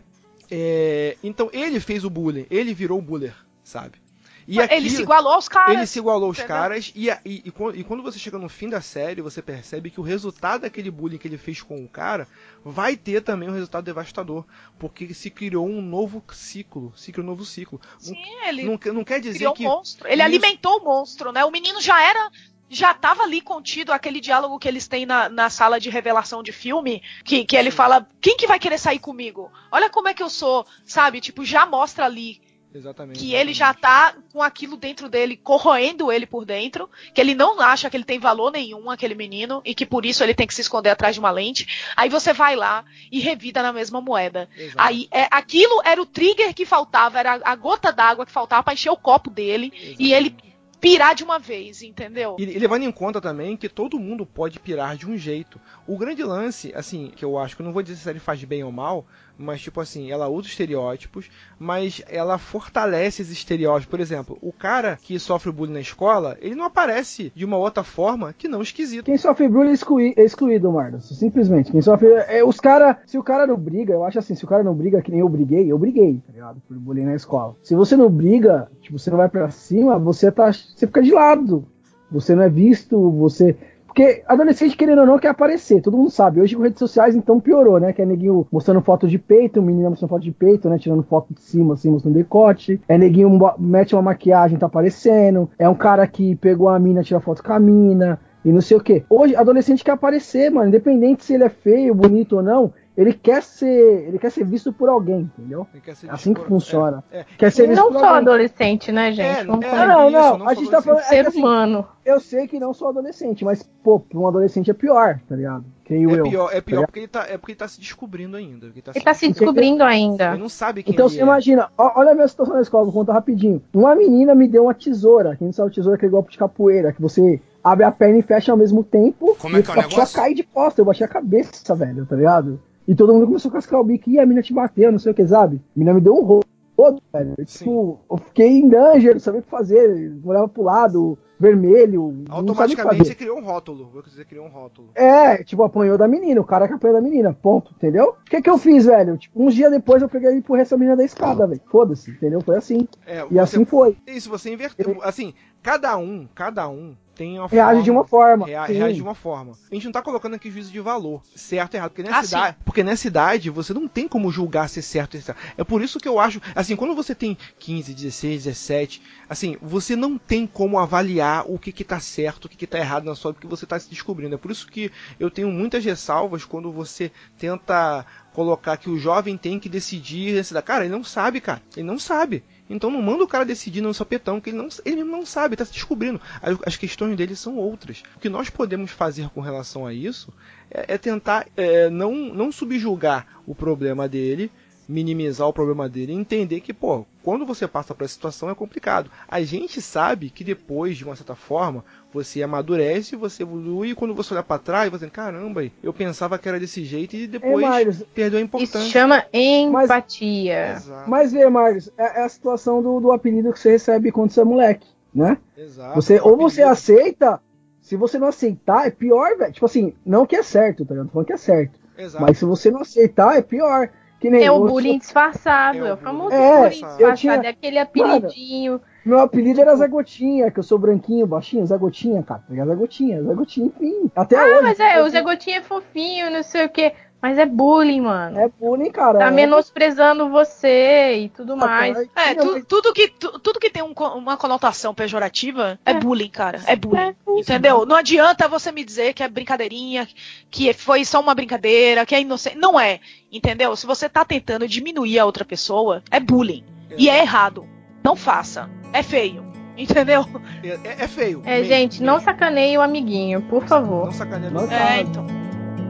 Então ele fez o bullying, ele virou o buller, sabe? E ele se igualou aos caras. Ele se igualou aos caras e quando você chega no fim da série, você percebe que o resultado daquele bullying que ele fez com o cara vai ter também um resultado devastador, porque se criou um novo ciclo. Sim, ele não quer dizer criou que... um monstro. Ele alimentou o monstro, né? O menino já estava ali contido, aquele diálogo que eles têm na sala de revelação de filme, que ele fala, quem que vai querer sair comigo? Olha como é que eu sou, sabe? Tipo, já mostra ali que ele já tá com aquilo dentro dele, corroendo ele por dentro, que ele não acha que ele tem valor nenhum, aquele menino, e que por isso ele tem que se esconder atrás de uma lente. Aí você vai lá e revida na mesma moeda. Exato. Aí aquilo era o trigger que faltava, era a gota d'água que faltava para encher o copo dele. Exatamente. E ele pirar de uma vez, entendeu? E levando em conta também que todo mundo pode pirar de um jeito. O grande lance, assim, que eu acho que eu não vou dizer se ele faz bem ou mal, mas tipo assim, ela usa estereótipos, mas ela fortalece esses estereótipos. Por exemplo, o cara que sofre bullying na escola, ele não aparece de uma outra forma que não esquisito. Quem sofre bullying é excluído, Marlos. Simplesmente. Quem sofre se o cara não briga, eu acho assim, se o cara não briga que nem eu briguei, tá ligado? Por bullying na escola. Se você não briga, tipo, você não vai pra cima, você fica de lado. Você não é visto, Porque adolescente, querendo ou não, quer aparecer, todo mundo sabe. Hoje com redes sociais, então, piorou, né? Que é neguinho mostrando foto de peito, menina mostrando foto de peito, né? Tirando foto de cima, assim, mostrando decote. É neguinho mete uma maquiagem, tá aparecendo. É um cara que pegou a mina, tira foto com a mina, e não sei o quê. Hoje, adolescente quer aparecer, mano. Independente se ele é feio, bonito ou não, ele quer ser visto por alguém, entendeu? Assim que funciona. Quer ser visto por alguém. Não só adolescente, né, gente? Não. A gente tá falando... Ser humano. Eu sei que não sou adolescente, mas, pô, pra um adolescente é pior, tá ligado? É pior porque ele tá se descobrindo ainda. Ele tá se descobrindo ainda. Ele não sabe quem então você imagina, olha a minha situação na escola, vou contar rapidinho. Uma menina me deu uma tesoura, quem não sabe tesoura é aquele golpe de capoeira, que você abre a perna e fecha ao mesmo tempo. Como é que é o negócio? A pessoa cai de costa, eu bati a cabeça, velho, tá ligado? E todo mundo começou a cascar o bico, e a mina te bateu, não sei o que, sabe? A mina me deu um rodo, velho. Tipo, eu fiquei em danger, não sabia o que fazer, olhava pro lado, vermelho. Automaticamente você criou um rótulo. Tipo, apanhou da menina, o cara que apanhou da menina, ponto, entendeu? O que eu fiz, velho? Tipo, uns dias depois eu peguei e empurrei essa menina da escada, velho. Foda-se, entendeu? Foi assim. Assim foi. Isso, você inverteu. Assim, cada um tem uma Reage de uma forma. Reage de uma forma. A gente não tá colocando aqui juízo de valor, certo e errado. Porque nessa idade você não tem como julgar se é certo ou se é errado. É por isso que eu acho, assim, quando você tem 15, 16, 17, assim, você não tem como avaliar o que tá certo, o que tá errado na sua vida, porque você tá se descobrindo. É por isso que eu tenho muitas ressalvas quando você tenta colocar que o jovem tem que decidir. Cara, ele não sabe, cara. Ele não sabe. Então não manda o cara decidir no sapetão, que ele mesmo não sabe, está se descobrindo. As questões dele são outras. O que nós podemos fazer com relação a isso é tentar não subjugar o problema dele, minimizar o problema dele e entender que, pô, quando você passa por essa situação é complicado. A gente sabe que depois, de uma certa forma, você amadurece, você evolui, e quando você olhar pra trás, você caramba, eu pensava que era desse jeito e depois perdeu a importância. Isso chama empatia. Mas vê, Marcos, é a situação do apelido que você recebe quando você é moleque, né? Exato. Você aceita, se você não aceitar, é pior, velho. Tipo assim, não que é certo, tá ligado? Tô falando que é certo. Exato. Mas se você não aceitar, é pior. Que nem o bullying disfarçado, é o famoso bullying disfarçado, é aquele apelidinho. Mano, meu apelido era Zé Gotinha, que eu sou branquinho, baixinho, Zé Gotinha, cara. Zé Gotinha, enfim. Até hoje. Mas o Zé Gotinha é fofinho, não sei o quê. Mas é bullying, mano. É bullying, cara. Tá menosprezando você e tudo mais. Tudo que tem uma conotação pejorativa é bullying, cara. É bullying. Entendeu? Não adianta você me dizer que é brincadeirinha, que foi só uma brincadeira, que é inocente. Não é. Entendeu? Se você tá tentando diminuir a outra pessoa, é bullying. E é errado. Não faça. É feio. Entendeu? É feio. Gente, não sacaneie o amiguinho, por favor. Não sacaneie o amiguinho. Então.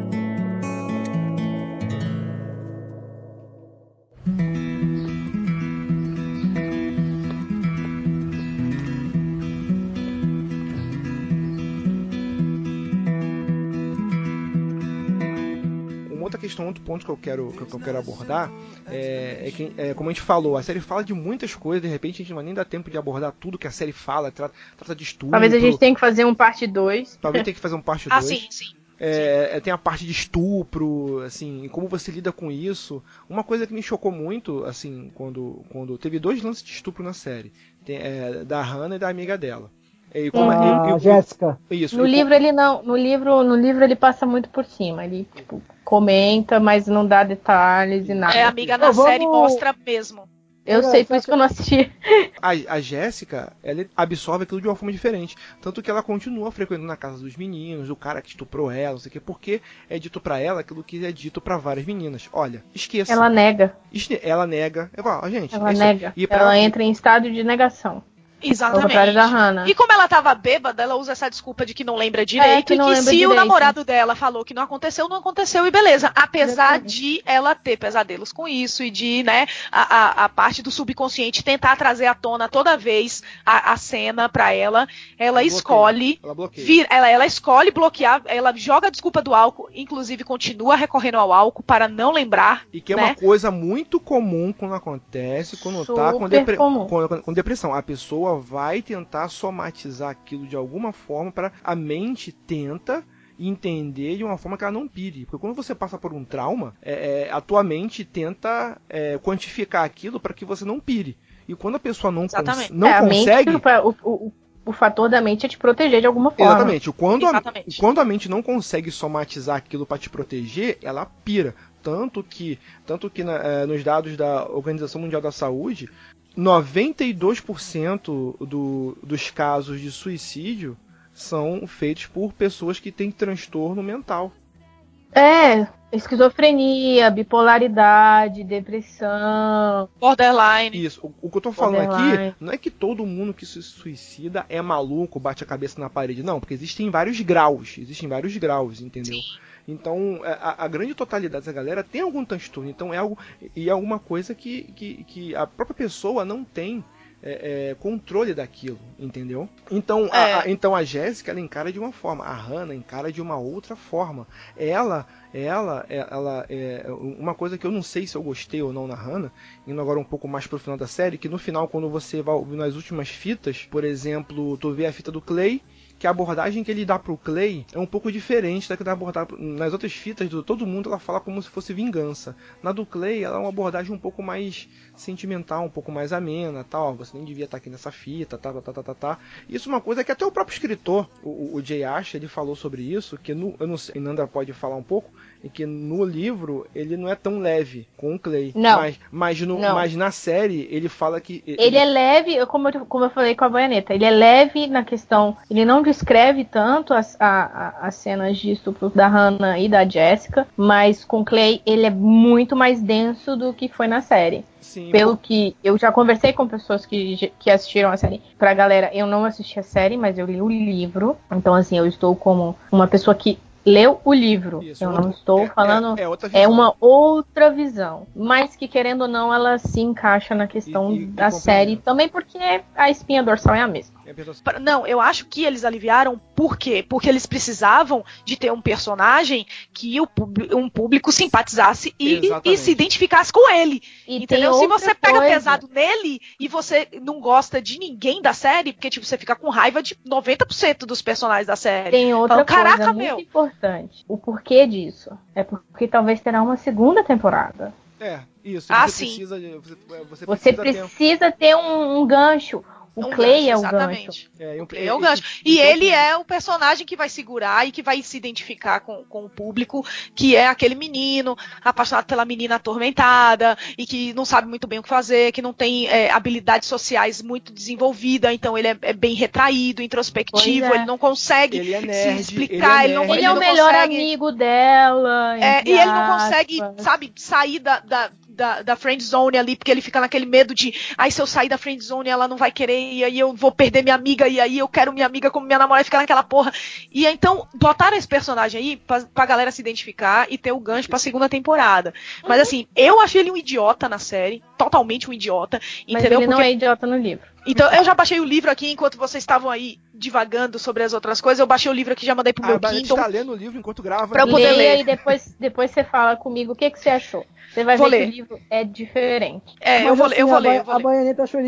Outro ponto que eu quero abordar é que, como a gente falou, a série fala de muitas coisas, de repente a gente não vai nem dar tempo de abordar tudo que a série fala, trata de estupro. Talvez a gente tenha que fazer um parte 2. Talvez tenha que fazer um parte 2. Sim. Tem a parte de estupro, assim, e como você lida com isso. Uma coisa que me chocou muito, assim, quando teve 2 lances de estupro na série, da Hannah e da amiga dela. Jéssica. Isso. No livro ele não. No livro ele passa muito por cima. Ele, tipo, comenta, mas não dá detalhes e nada. A amiga na série mostra mesmo. Eu sei, por isso que eu não assisti. A Jéssica, ela absorve aquilo de uma forma diferente. Tanto que ela continua frequentando na casa dos meninos, o cara que estuprou ela, não sei o quê, porque é dito pra ela aquilo que é dito pra várias meninas. Olha, esqueça. Ela nega. Ela nega. Gente, ela nega. Ela entra em estado de negação. Exatamente. Da Hannah. E como ela tava bêbada, ela usa essa desculpa de que não lembra direito, o namorado dela falou que não aconteceu e beleza. Apesar de ela ter pesadelos com isso e de, né, a parte do subconsciente tentar trazer à tona toda vez a cena pra ela escolhe ela escolhe bloquear, ela joga a desculpa do álcool, inclusive continua recorrendo ao álcool para não lembrar. E que é uma coisa muito comum quando acontece, quando tá com depressão. A pessoa vai tentar somatizar aquilo de alguma forma para a mente tenta entender de uma forma que ela não pire. Porque quando você passa por um trauma, a tua mente tenta quantificar aquilo para que você não pire. E quando a pessoa não consegue... O fator da mente é te proteger de alguma forma. Exatamente. Quando a mente não consegue somatizar aquilo para te proteger, ela pira. Tanto que nos dados da Organização Mundial da Saúde, 92% dos casos de suicídio são feitos por pessoas que têm transtorno mental. Esquizofrenia, bipolaridade, depressão, borderline. Isso. O que eu tô falando aqui não é que todo mundo que se suicida é maluco, bate a cabeça na parede. Não, porque existem vários graus, entendeu? Sim. Então, a grande totalidade dessa galera tem algum transtorno. Então, é alguma coisa que a própria pessoa não tem controle daquilo, entendeu? Então, a Jéssica, ela encara de uma forma. A Hannah encara de uma outra forma. Ela uma coisa que eu não sei se eu gostei ou não na Hannah, indo agora um pouco mais pro final da série, que no final, quando você vai ouvir nas últimas fitas, por exemplo, tu vê a fita do Clay, que a abordagem que ele dá pro Clay é um pouco diferente da que dá abordar nas outras fitas do Todo Mundo. Ela fala como se fosse vingança. Na do Clay, ela é uma abordagem um pouco mais sentimental, um pouco mais amena, tal. Você nem devia estar aqui nessa fita, tá. Isso é uma coisa que até o próprio escritor, o Jay Asher, ele falou sobre isso, que eu não sei, Nanda pode falar um pouco, e que no livro ele não é tão leve com o Clay. Não. Mas na série ele fala que... Ele é leve, como eu falei com a Baianeta, ele é leve na questão, ele não descreve tanto as cenas de estupro da Hannah e da Jessica, mas com o Clay ele é muito mais denso do que foi na série. Sim, pelo que eu já conversei com pessoas que assistiram a série. Pra galera, eu não assisti a série, mas eu li o livro. Então, assim, eu estou como uma pessoa que leu o livro. Isso, eu não estou falando... outra visão. É uma outra visão. Mas que, querendo ou não, ela se encaixa na questão da série. Também porque a espinha dorsal é a mesma. Não, eu acho que eles aliviaram. Por quê? Porque eles precisavam de ter um personagem que um público simpatizasse e se identificasse com ele. Entendeu? Se você pega pesado nele e você não gosta de ninguém da série, porque tipo, você fica com raiva de 90% dos personagens da série. Tem outra coisa muito importante. O porquê disso? É porque talvez terá uma segunda temporada. Isso. Você precisa ter um gancho. O Clay é o gancho. O Clay é o gancho. E ele é o personagem que vai segurar e que vai se identificar com o público, que é aquele menino apaixonado pela menina atormentada e que não sabe muito bem o que fazer, que não tem habilidades sociais muito desenvolvidas, então ele é bem retraído, introspectivo, ele não consegue se explicar, ele é o melhor amigo dela. E ele não consegue, sabe, sair da friend zone ali, porque ele fica naquele medo de, se eu sair da friend zone ela não vai querer, e aí eu vou perder minha amiga, e aí eu quero minha amiga como minha namorada, e ficar naquela porra. E então, botaram esse personagem aí pra galera se identificar e ter o gancho pra segunda temporada. Mas assim, eu achei ele um idiota na série, totalmente um idiota, entendeu? Mas ele não é idiota no livro. Então, eu já baixei o livro aqui, enquanto vocês estavam aí divagando sobre as outras coisas, eu baixei o livro aqui, já mandei pro meu Kindle. A gente tá lendo o livro enquanto grava. Pra eu poder ler. E depois você fala comigo o que você achou. Você vai ver que o livro é diferente. Eu vou ler. A Baianeta achou ele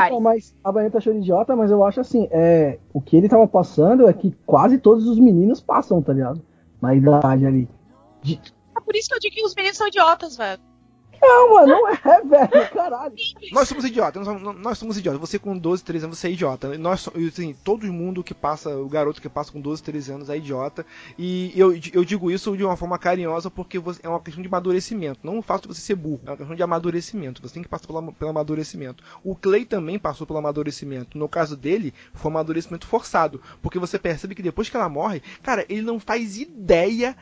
idiota, mas eu acho assim, o que ele tava passando é que quase todos os meninos passam, tá ligado? Na idade ali. É por isso que eu digo que os meninos são idiotas, velho. Não, mano, não é, velho, caralho. Nós somos idiotas, nós somos idiotas. Você com 12, 13 anos, você é idiota. Nós, assim, todo mundo que passa, o garoto que passa com 12, 13 anos é idiota. E eu digo isso de uma forma carinhosa porque é uma questão de amadurecimento. Não o fato de você ser burro, é uma questão de amadurecimento. Você tem que passar pelo amadurecimento. O Clay também passou pelo amadurecimento. No caso dele, foi um amadurecimento forçado. Porque você percebe que depois que ela morre, cara, ele não faz ideia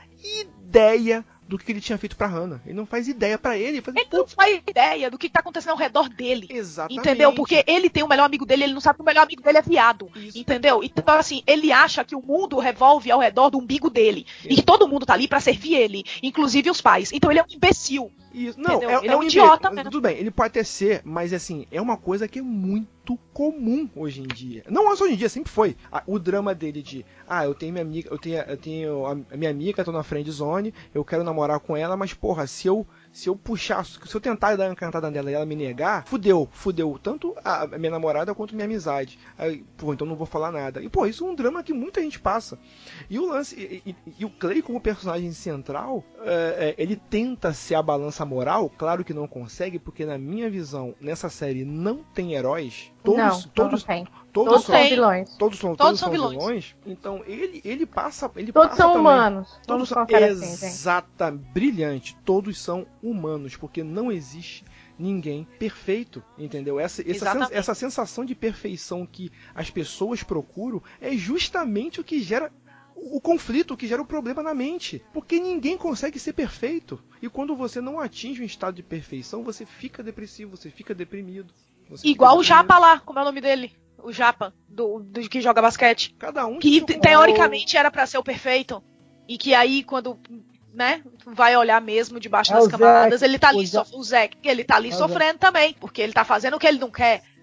do que ele tinha feito pra Hannah. Ele não faz ideia pra ele. Ele não faz ideia do que tá acontecendo ao redor dele. Exatamente. Entendeu? Porque ele tem o melhor amigo dele, ele não sabe que o melhor amigo dele é viado. Isso. Entendeu? Então, assim, ele acha que o mundo revolve ao redor do umbigo dele. Isso. E que todo mundo tá ali pra servir ele. Inclusive os pais. Então ele é um imbecil. Isso. Não, ele é um idiota mesmo. Tudo bem, ele pode até ser, mas assim, é uma coisa que é muito comum hoje em dia. Não só hoje em dia, sempre foi. O drama dele de, eu tenho minha amiga, eu tenho a minha amiga, tô na friend zone, eu quero namorar com ela, mas porra, se eu tentar dar uma cantada nela e ela me negar, fudeu tanto a minha namorada quanto a minha amizade. Aí, então não vou falar nada. E isso é um drama que muita gente passa. E o lance, e o Clay como personagem central, ele tenta ser a balança moral, claro que não consegue, porque na minha visão, nessa série não tem heróis. Todos são vilões. Todos são vilões. Então ele passa. Todos são também. Humanos. Todos são exata, brilhante. Todos são humanos, porque não existe ninguém perfeito, entendeu? Essa sensação de perfeição que as pessoas procuram é justamente o que gera o conflito, que gera o problema na mente, porque ninguém consegue ser perfeito, e quando você não atinge um estado de perfeição, você fica depressivo, você fica deprimido. Igual o Japa lá, como é o nome dele? O Japa, do que joga basquete. Cada um que teoricamente era pra ser o perfeito, e que aí quando, né, vai olhar mesmo debaixo das camadas, ele tá ali, o Zeke, ele tá ali sofrendo também, porque ele tá fazendo o que ele não quer.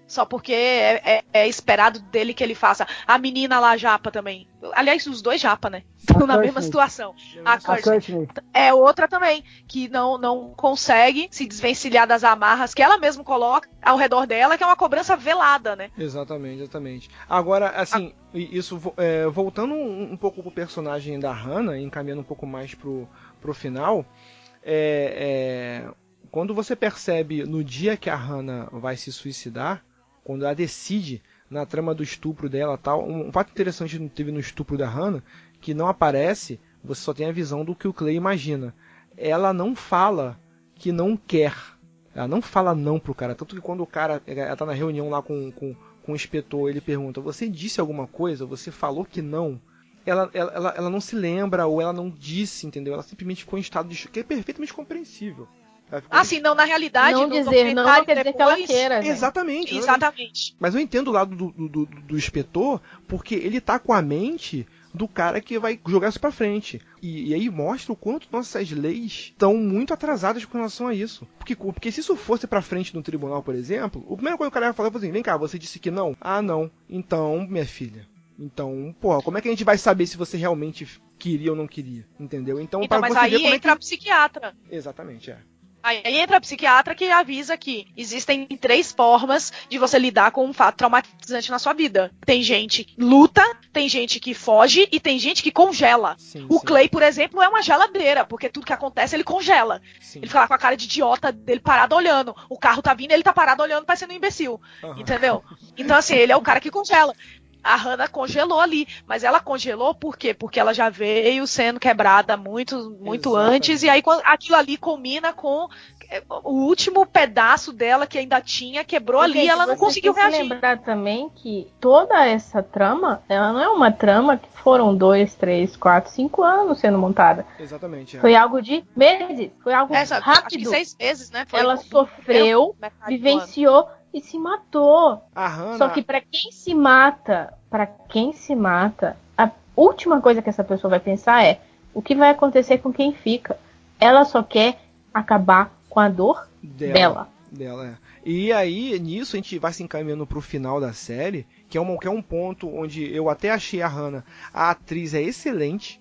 Só porque é esperado dele que ele faça. A menina lá, japa também. Aliás, os dois japa, né? Estão na mesma situação. A Courtney. É outra também, que não consegue se desvencilhar das amarras que ela mesma coloca ao redor dela, que é uma cobrança velada, né? Exatamente. Agora, assim, isso voltando um pouco pro personagem da Hannah, encaminhando um pouco mais pro final, quando você percebe no dia que a Hannah vai se suicidar, quando ela decide na trama do estupro dela tal, um fato interessante que teve no estupro da Hannah, que não aparece, você só tem a visão do que o Clay imagina. Ela não fala que não quer. Ela não fala não pro cara. Tanto que quando o cara ela tá na reunião lá com o inspetor, ele pergunta, você disse alguma coisa? Você falou que não? Ela não se lembra ou ela não disse, entendeu? Ela simplesmente ficou em estado de choque, que é perfeitamente compreensível. Sim, não, na realidade... Não dizer não quer dizer que ela queira. Exatamente. Mas eu entendo o lado do inspetor, porque ele tá com a mente do cara que vai jogar isso pra frente. E aí mostra o quanto nossas leis estão muito atrasadas com relação a isso. Porque se isso fosse pra frente no tribunal, por exemplo, a primeira coisa que o cara vai falar é assim, vem cá, você disse que não? Ah, não. Então, minha filha... Então, como é que a gente vai saber se você realmente queria ou não queria? Entendeu? Então mas aí entra a psiquiatra. Exatamente, Aí entra a psiquiatra que avisa que existem 3 formas de você lidar com um fato traumatizante na sua vida. Tem gente que luta, tem gente que foge e tem gente que congela. Sim. Clay, por exemplo, é uma geladeira, porque tudo que acontece ele congela. Sim. Ele fica lá com a cara de idiota dele parado olhando. O carro tá vindo, ele tá parado olhando, parecendo um imbecil. Entendeu? Então, assim, ele é o cara que congela. A Hannah congelou ali, mas ela congelou por quê? Porque ela já veio sendo quebrada muito antes, e aí aquilo ali combina com o último pedaço dela que ainda tinha, quebrou ali e ela não conseguiu reagir. Lembrar também que toda essa trama, ela não é uma trama que foram 2, 3, 4, 5 anos sendo montada. Exatamente. Foi algo de meses, foi algo rápido. Acho que 6 meses, né? Ela sofreu, vivenciou e se matou. Só que pra quem se mata, a última coisa que essa pessoa vai pensar é o que vai acontecer com quem fica. Ela só quer acabar com a dor dela. E aí, nisso, a gente vai se encaminhando pro final da série, que é um ponto onde eu até achei a Hannah. A atriz é excelente.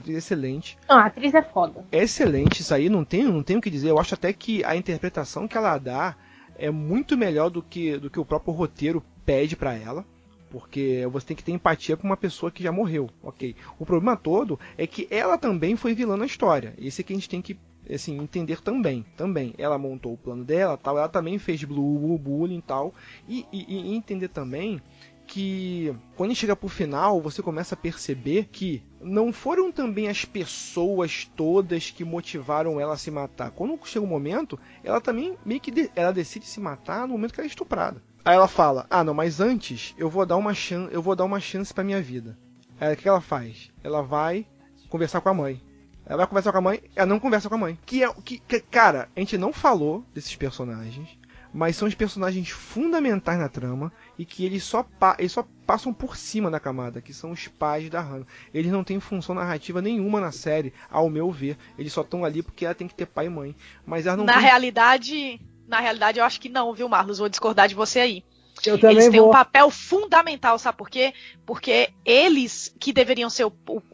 Não, a atriz é foda. É excelente, isso aí não tenho o que dizer. Eu acho até que a interpretação que ela dá é muito melhor do que o próprio roteiro pede pra ela, porque você tem que ter empatia com uma pessoa que já morreu, ok. O problema todo é que ela também foi vilã na história, esse é que a gente tem que assim, entender também. Ela montou o plano dela, tal, ela também fez bullying e tal, e entender também que quando a gente chega pro final, você começa a perceber que não foram também as pessoas todas que motivaram ela a se matar. Quando chega um momento, ela também meio que ela decide se matar no momento que ela é estuprada. Aí ela fala, não, mas antes eu vou dar uma chance pra minha vida. Aí o que ela faz? Ela vai conversar com a mãe. Ela vai conversar com a mãe, ela não conversa com a mãe. Cara, a gente não falou desses personagens, mas são os personagens fundamentais na trama e que eles só passam por cima da camada, que são os pais da Hannah. Eles não têm função narrativa nenhuma na série, ao meu ver. Eles só estão ali porque ela tem que ter pai e mãe. Mas ela não Na realidade, eu acho que não, viu, Marlos? Vou discordar de você aí. Eles têm um papel fundamental, sabe por quê? Porque eles que deveriam ser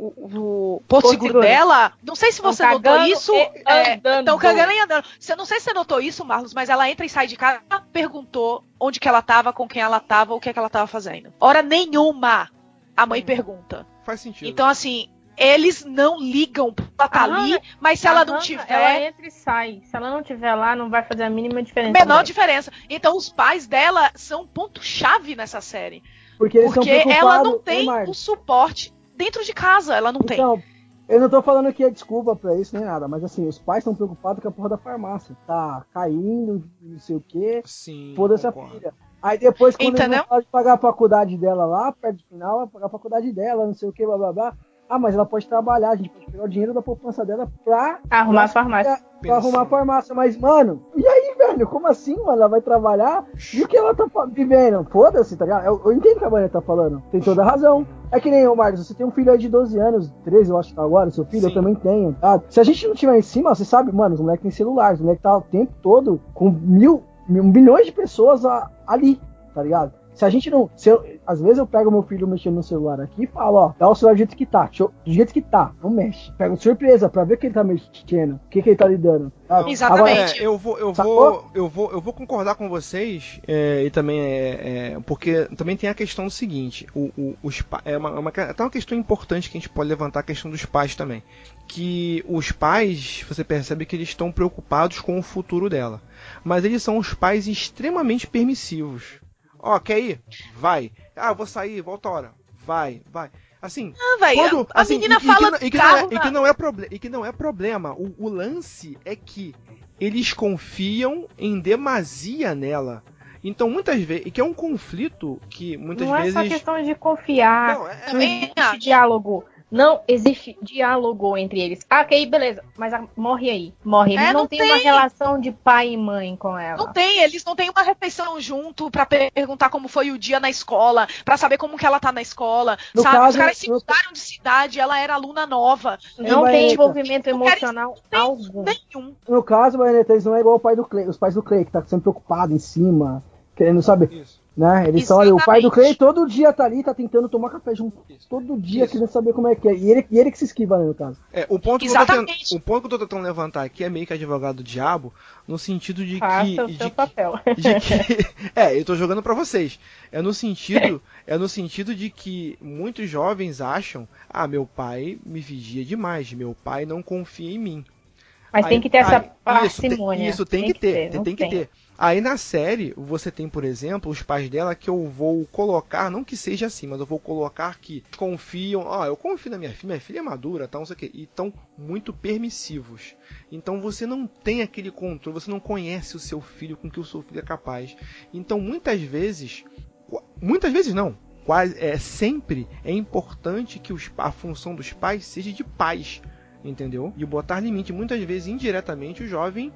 o porto seguro dela, não sei se você notou isso, estão cagando e andando. Não sei se você notou isso, Marlos, mas ela entra e sai de casa, perguntou onde que ela tava, com quem ela tava, o que ela tava fazendo. Hora nenhuma a mãe pergunta. Faz sentido. Então, assim, eles não ligam pra ela tá ali, mas se ela não tiver... Ela entra e sai. Se ela não tiver lá, não vai fazer a mínima diferença. Menor diferença. Então os pais dela são ponto-chave nessa série. Porque ela não tem o suporte dentro de casa. Ela não tem. Eu não tô falando que é desculpa pra isso nem nada, mas assim, os pais estão preocupados com a porra da farmácia. Tá caindo, não sei o quê. Sim, foda-se a filha. Aí depois, quando ele não pode pagar a faculdade dela lá, perto do final, vai pagar a faculdade dela, não sei o quê, blá blá blá. Mas ela pode trabalhar, a gente pode pegar o dinheiro da poupança dela pra arrumar a farmácia. Pra arrumar a farmácia. Mas, mano, e aí, velho? Como assim, mano? Ela vai trabalhar e o que ela tá vivendo? Foda-se, tá ligado? Eu entendo o que a Maria tá falando. Tem toda a razão. É que nem eu, Marcos, você tem um filho aí de 12 anos, 13, eu acho que tá agora, seu filho, Sim. Eu também tenho. Tá? Se a gente não tiver em cima, você sabe, mano, os moleques têm celular, os moleques tá o tempo todo com milhões de pessoas ali. tá ligado? Se a gente não... às vezes eu pego meu filho mexendo no celular aqui e falo, ó, dá o celular do jeito que tá, do jeito que tá, não mexe. Pego de surpresa pra ver o que ele tá mexendo, o que ele tá lidando. Exatamente. Agora, eu vou concordar com vocês, e também porque também tem a questão do seguinte, tá uma questão importante que a gente pode levantar, a questão dos pais também. Que os pais, você percebe que eles estão preocupados com o futuro dela. Mas eles são os pais extremamente permissivos. Ó, quer ir? Vai. Ah, eu vou sair, volta a hora. Vai. Assim, velho, a menina fala e que não é problema. O lance é que eles confiam em demasia nela. Então, muitas vezes, e que é um conflito que muitas vezes... Não é só questão de confiar, não existe diálogo. Não existe diálogo entre eles. Ah, ok, beleza. Mas morre aí. Morre. Eles não tem uma relação de pai e mãe com ela. Não tem. Eles não têm uma refeição junto pra perguntar como foi o dia na escola, pra saber como que ela tá na escola. Sabe? Os caras se mudaram de cidade, ela era aluna nova. Não tem envolvimento emocional algum. Nenhum. No caso, Baioneta, eles não é igual o pai do Clay, os pais do Clay, que tá sempre preocupado em cima, querendo saber. Isso. Né? Eles são ali, o pai do Clay todo dia tá ali, tá tentando tomar café junto. Todo dia querendo saber como é que é. E ele que se esquiva, né, no caso. O ponto que eu tô tentando levantar aqui é meio que advogado do diabo, no sentido de Faça o seu papel. Eu tô jogando pra vocês. É no sentido de que muitos jovens acham, meu pai me vigia demais, meu pai não confia em mim. Mas tem que ter essa parcimônia. Isso tem que ter. Aí na série, você tem, por exemplo, os pais dela que eu vou colocar, não que seja assim, mas eu vou colocar que confiam, eu confio na minha filha é madura, tal, não sei o quê, e estão muito permissivos. Então você não tem aquele controle, você não conhece o seu filho com que o seu filho é capaz. Então muitas vezes não, sempre é importante que a função dos pais seja de pais. Entendeu? E botar limite, muitas vezes indiretamente o jovem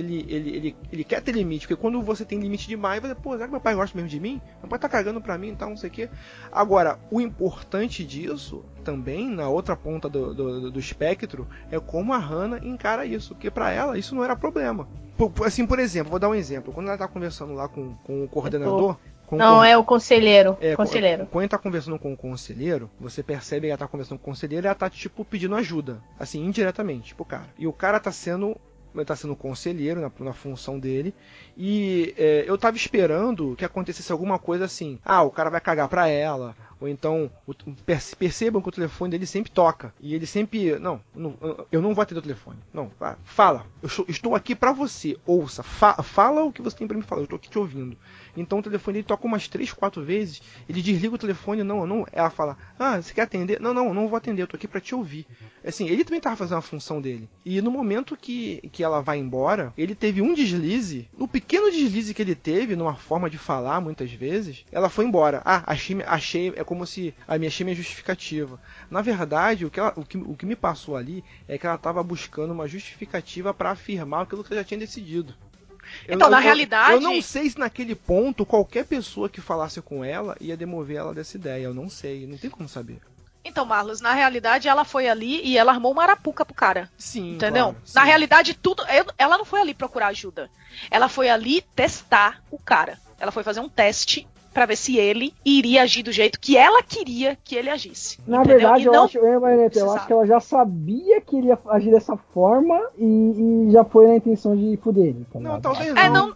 ele quer ter limite, porque quando você tem limite demais, você será que meu pai gosta mesmo de mim? Meu pai tá cagando pra mim e tal, não sei o que. Agora, o importante disso também, na outra ponta do espectro, é como a Hannah encara isso, porque pra ela isso não era problema. Assim, por exemplo, vou dar um exemplo, quando ela tá conversando lá com o coordenador. É o conselheiro. Quando ele tá conversando com o conselheiro, você percebe que ela tá conversando com o conselheiro e ela tá, pedindo ajuda. Assim, indiretamente, pro cara. E o cara tá sendo conselheiro na função dele. E eu tava esperando que acontecesse alguma coisa assim. O cara vai cagar pra ela. Ou então, percebam que o telefone dele sempre toca. E ele sempre... Não, eu não vou atender o telefone. Não, fala. Eu estou aqui pra você. Ouça. Fala o que você tem pra me falar. Eu estou aqui te ouvindo. Então o telefone dele toca umas 3, 4 vezes. Ele desliga o telefone. Não. Ela fala, você quer atender? Não vou atender. Eu tô aqui pra te ouvir. Assim, ele também tava fazendo a função dele. E no momento que ela vai embora, ele teve um deslize. No pequeno deslize que ele teve, numa forma de falar, muitas vezes, ela foi embora. Achei... É como se achei minha justificativa. Na verdade, o que me passou ali é que ela estava buscando uma justificativa para afirmar aquilo que ela já tinha decidido. Na realidade... Eu não sei se naquele ponto qualquer pessoa que falasse com ela ia demover ela dessa ideia. Eu não sei, não tem como saber. Então, Marlos, na realidade ela foi ali e ela armou uma arapuca pro cara. Sim, entendeu? Claro, sim. Na realidade, ela não foi ali procurar ajuda. Ela foi ali testar o cara. Ela foi fazer um teste pra ver se ele iria agir do jeito que ela queria que ele agisse. Na verdade, eu acho que ela já sabia que ele ia agir dessa forma e já foi na intenção de fuder ele. Tá não, talvez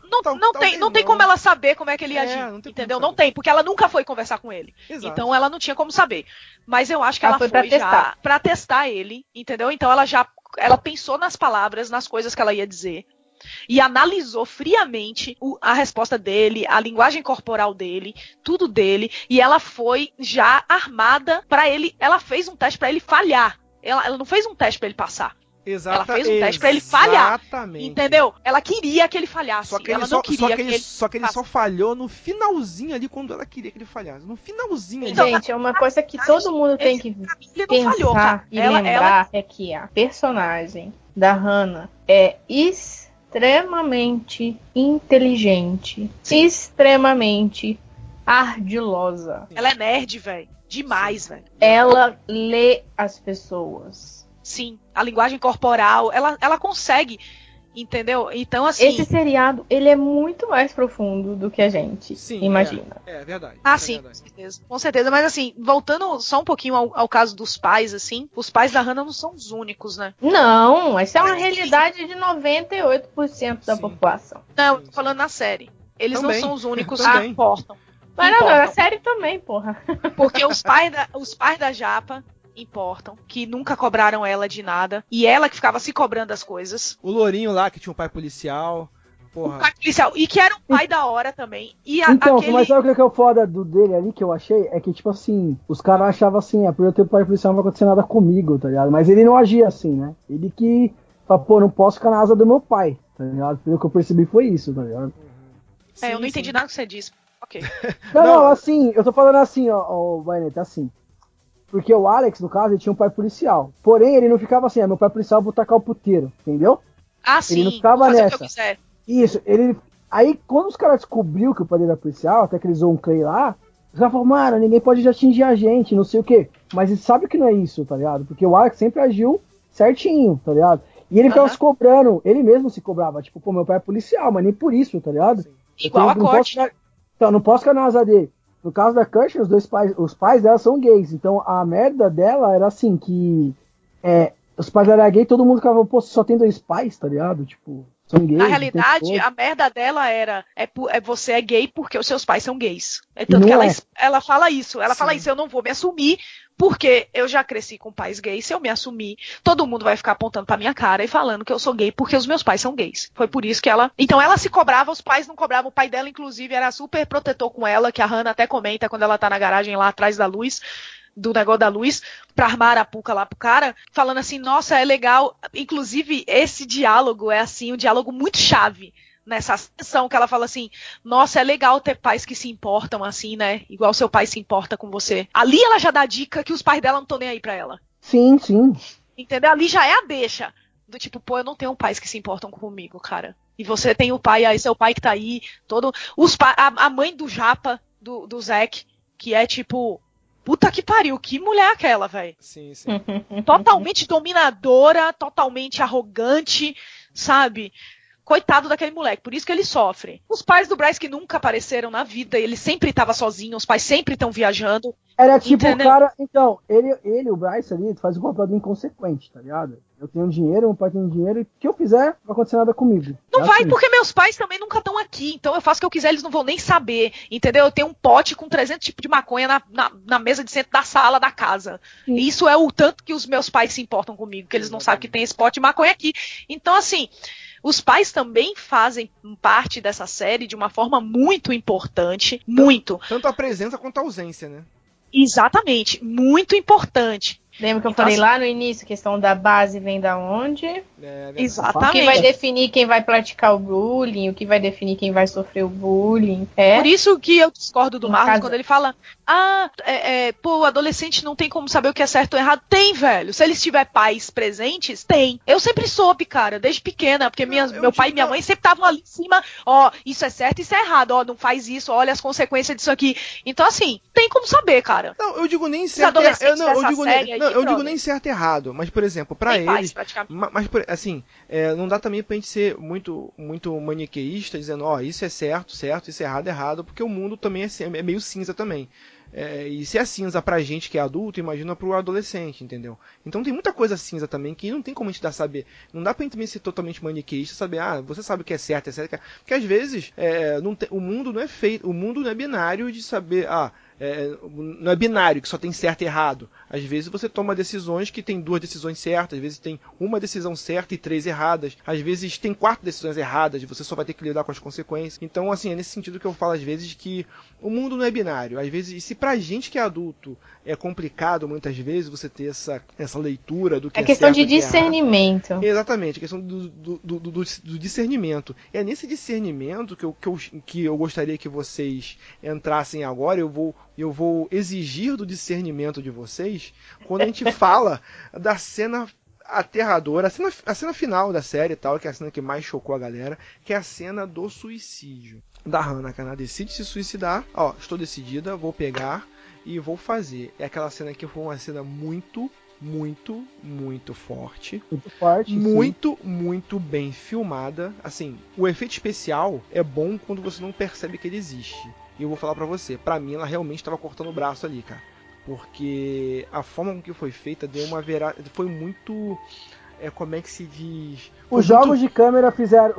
não tem como ela saber como é que ele ia agir, entendeu? Não tem, porque ela nunca foi conversar com ele. Exato. Então ela não tinha como saber. Mas eu acho que ela foi já pra testar ele, entendeu? Então ela pensou nas palavras, nas coisas que ela ia dizer. E analisou friamente a resposta dele, a linguagem corporal dele, tudo dele, e ela foi já armada pra ele. Ela fez um teste pra ele falhar. Ela não fez um teste pra ele passar. Ela fez um teste pra ele falhar. Entendeu? Ela queria que ele falhasse. Só que ele só falhou no finalzinho ali, quando ela queria que ele falhasse. No finalzinho ali. Gente, é uma coisa que todo mundo tem que pensar e lembrar é que a personagem da Hannah é extremamente inteligente, extremamente ardilosa. Ela é nerd, velho. Demais, velho. Ela lê as pessoas. Sim, a linguagem corporal, ela consegue Entendeu? Então, assim... Esse seriado, ele é muito mais profundo do que a gente imagina. É verdade. Sim, verdade. com certeza. Com certeza. Mas, assim, voltando só um pouquinho ao caso dos pais, assim, os pais da Hannah não são os únicos, né? Não, essa é uma realidade de 98% da população. Não, eu tô falando na série. Eles não são os únicos que importam. Mas não, a série também, porra. Porque os pais da Japa importam, que nunca cobraram ela de nada, e ela que ficava se cobrando as coisas. O lourinho lá, que tinha um pai policial, porra. O pai policial, e que era um pai da hora também. E então, mas sabe o que é o foda dele ali, que eu achei? É que, tipo assim, os caras achavam assim, por eu ter um pai policial não vai acontecer nada comigo, tá ligado? Mas ele não agia assim, né? Ele que fala, pô, não posso ficar na asa do meu pai, tá ligado? Pelo que eu percebi foi isso, tá ligado? Eu não entendi nada que você disse. Ok. Não, assim, eu tô falando assim, ó, Baineta, assim. Porque o Alex, no caso, ele tinha um pai policial. Porém, ele não ficava assim, meu pai policial, vou tacar o puteiro, entendeu? Sim. Ele não ficava vou fazer nessa. O que eu quiser. Isso, ele... Aí, quando os caras descobriu que o pai dele era policial, até que eles zoam o Clay lá, os caras falaram, mano, ninguém pode atingir a gente, não sei o quê. Mas ele sabe que não é isso, tá ligado? Porque o Alex sempre agiu certinho, tá ligado? E ele ficava se cobrando, ele mesmo se cobrava, tipo, pô, meu pai é policial, mas nem por isso, tá ligado? Igual a Corte. Então, não posso ficar na asa dele. No caso da Kirsten, os pais dela são gays. Então a merda dela era assim, que os pais eram gays, todo mundo ficava, pô, só tem 2 pais, tá ligado? Tipo, são gays. Na realidade, a merda dela era, você é gay porque os seus pais são gays. É tanto que ela fala isso. Ela fala isso, eu não vou me assumir porque eu já cresci com pais gays. Se eu me assumir, todo mundo vai ficar apontando pra minha cara e falando que eu sou gay porque os meus pais são gays. Foi por isso que ela... Então ela se cobrava, os pais não cobravam. O pai dela, inclusive, era super protetor com ela, que a Hannah até comenta quando ela tá na garagem lá atrás da luz, do negócio da luz, pra armar a puca lá pro cara, falando assim, nossa, é legal. Inclusive, esse diálogo é assim, um diálogo muito chave nessa sessão, que ela fala assim, nossa, é legal ter pais que se importam assim, né? Igual seu pai se importa com você. Ali ela já dá dica que os pais dela não estão nem aí pra ela. Sim, sim. Entendeu? Ali já é a deixa. Do tipo, pô, eu não tenho pais que se importam comigo, cara. E você tem o pai, aí seu pai que tá aí, todo... A mãe do Japa, do Zack, que é tipo... Puta que pariu, que mulher é aquela, velho? Sim, sim. Totalmente dominadora, totalmente arrogante, sabe? Coitado daquele moleque, por isso que ele sofre. Os pais do Bryce que nunca apareceram na vida, ele sempre tava sozinho, os pais sempre estão viajando. Era tipo o cara... Então, o Bryce ali, faz o papel do inconsequente, tá ligado? Eu tenho dinheiro, meu pai tem dinheiro, e o que eu fizer, não vai acontecer nada comigo. Não vai, porque meus pais também nunca estão aqui, então eu faço o que eu quiser, eles não vão nem saber, entendeu? Eu tenho um pote com 300 tipos de maconha na mesa de centro da sala da casa. E isso é o tanto que os meus pais se importam comigo, que eles não sabem que tem esse pote de maconha aqui. Então, assim, os pais também fazem parte dessa série de uma forma muito importante, muito. Tanto a presença quanto a ausência, né? Exatamente, muito importante. Lembra que eu falei lá no início, a questão da base vem da onde? Exatamente. O que vai definir quem vai praticar o bullying, o que vai definir quem vai sofrer o bullying. Por isso que eu discordo do Marcos quando ele fala, pô, o adolescente não tem como saber o que é certo ou errado. Tem, velho. Se eles tiver pais presentes, tem. Eu sempre soube, cara, desde pequena, porque meu pai e minha mãe sempre estavam ali em cima, ó, isso é certo, isso é errado, ó, não faz isso, olha as consequências disso aqui. Então, assim, tem como saber, cara. Não, eu digo nem certo, eu digo nem certo e errado, mas, por exemplo, pra eles... Mas, assim, não dá também pra gente ser muito maniqueísta, dizendo, ó, isso é certo, isso é errado, porque o mundo também é meio cinza também. E se é cinza pra gente que é adulto, imagina pro adolescente, entendeu? Então tem muita coisa cinza também que não tem como a gente saber. Não dá pra gente também ser totalmente maniqueísta, saber, você sabe o que é certo, porque às vezes o mundo não é feito, o mundo não é binário de saber, não é binário, que só tem certo e errado. Às vezes você toma decisões que tem 2 decisões certas, às vezes tem uma decisão certa e 3 erradas, às vezes tem 4 decisões erradas e você só vai ter que lidar com as consequências. Então, assim, é nesse sentido que eu falo às vezes que o mundo não é binário. Às vezes, e se pra gente que é adulto é complicado muitas vezes você ter essa leitura do que é questão certo, de discernimento. Exatamente, a questão do discernimento. É nesse discernimento que eu gostaria que vocês entrassem agora. Eu vou exigir do discernimento de vocês quando a gente fala da cena aterradora, a cena final da série e tal, que é a cena que mais chocou a galera, que é a cena do suicídio da Hannah, que ela decide se suicidar. Ó, estou decidida, vou pegar e vou fazer. É aquela cena que foi uma cena muito muito, muito forte. Muito forte, muito bem filmada. Assim, o efeito especial é bom quando você não percebe que ele existe. E eu vou falar pra você, pra mim ela realmente estava cortando o braço ali, cara. Porque a forma com que foi feita deu uma foi muito... como é que se diz? Os jogos de câmera fizeram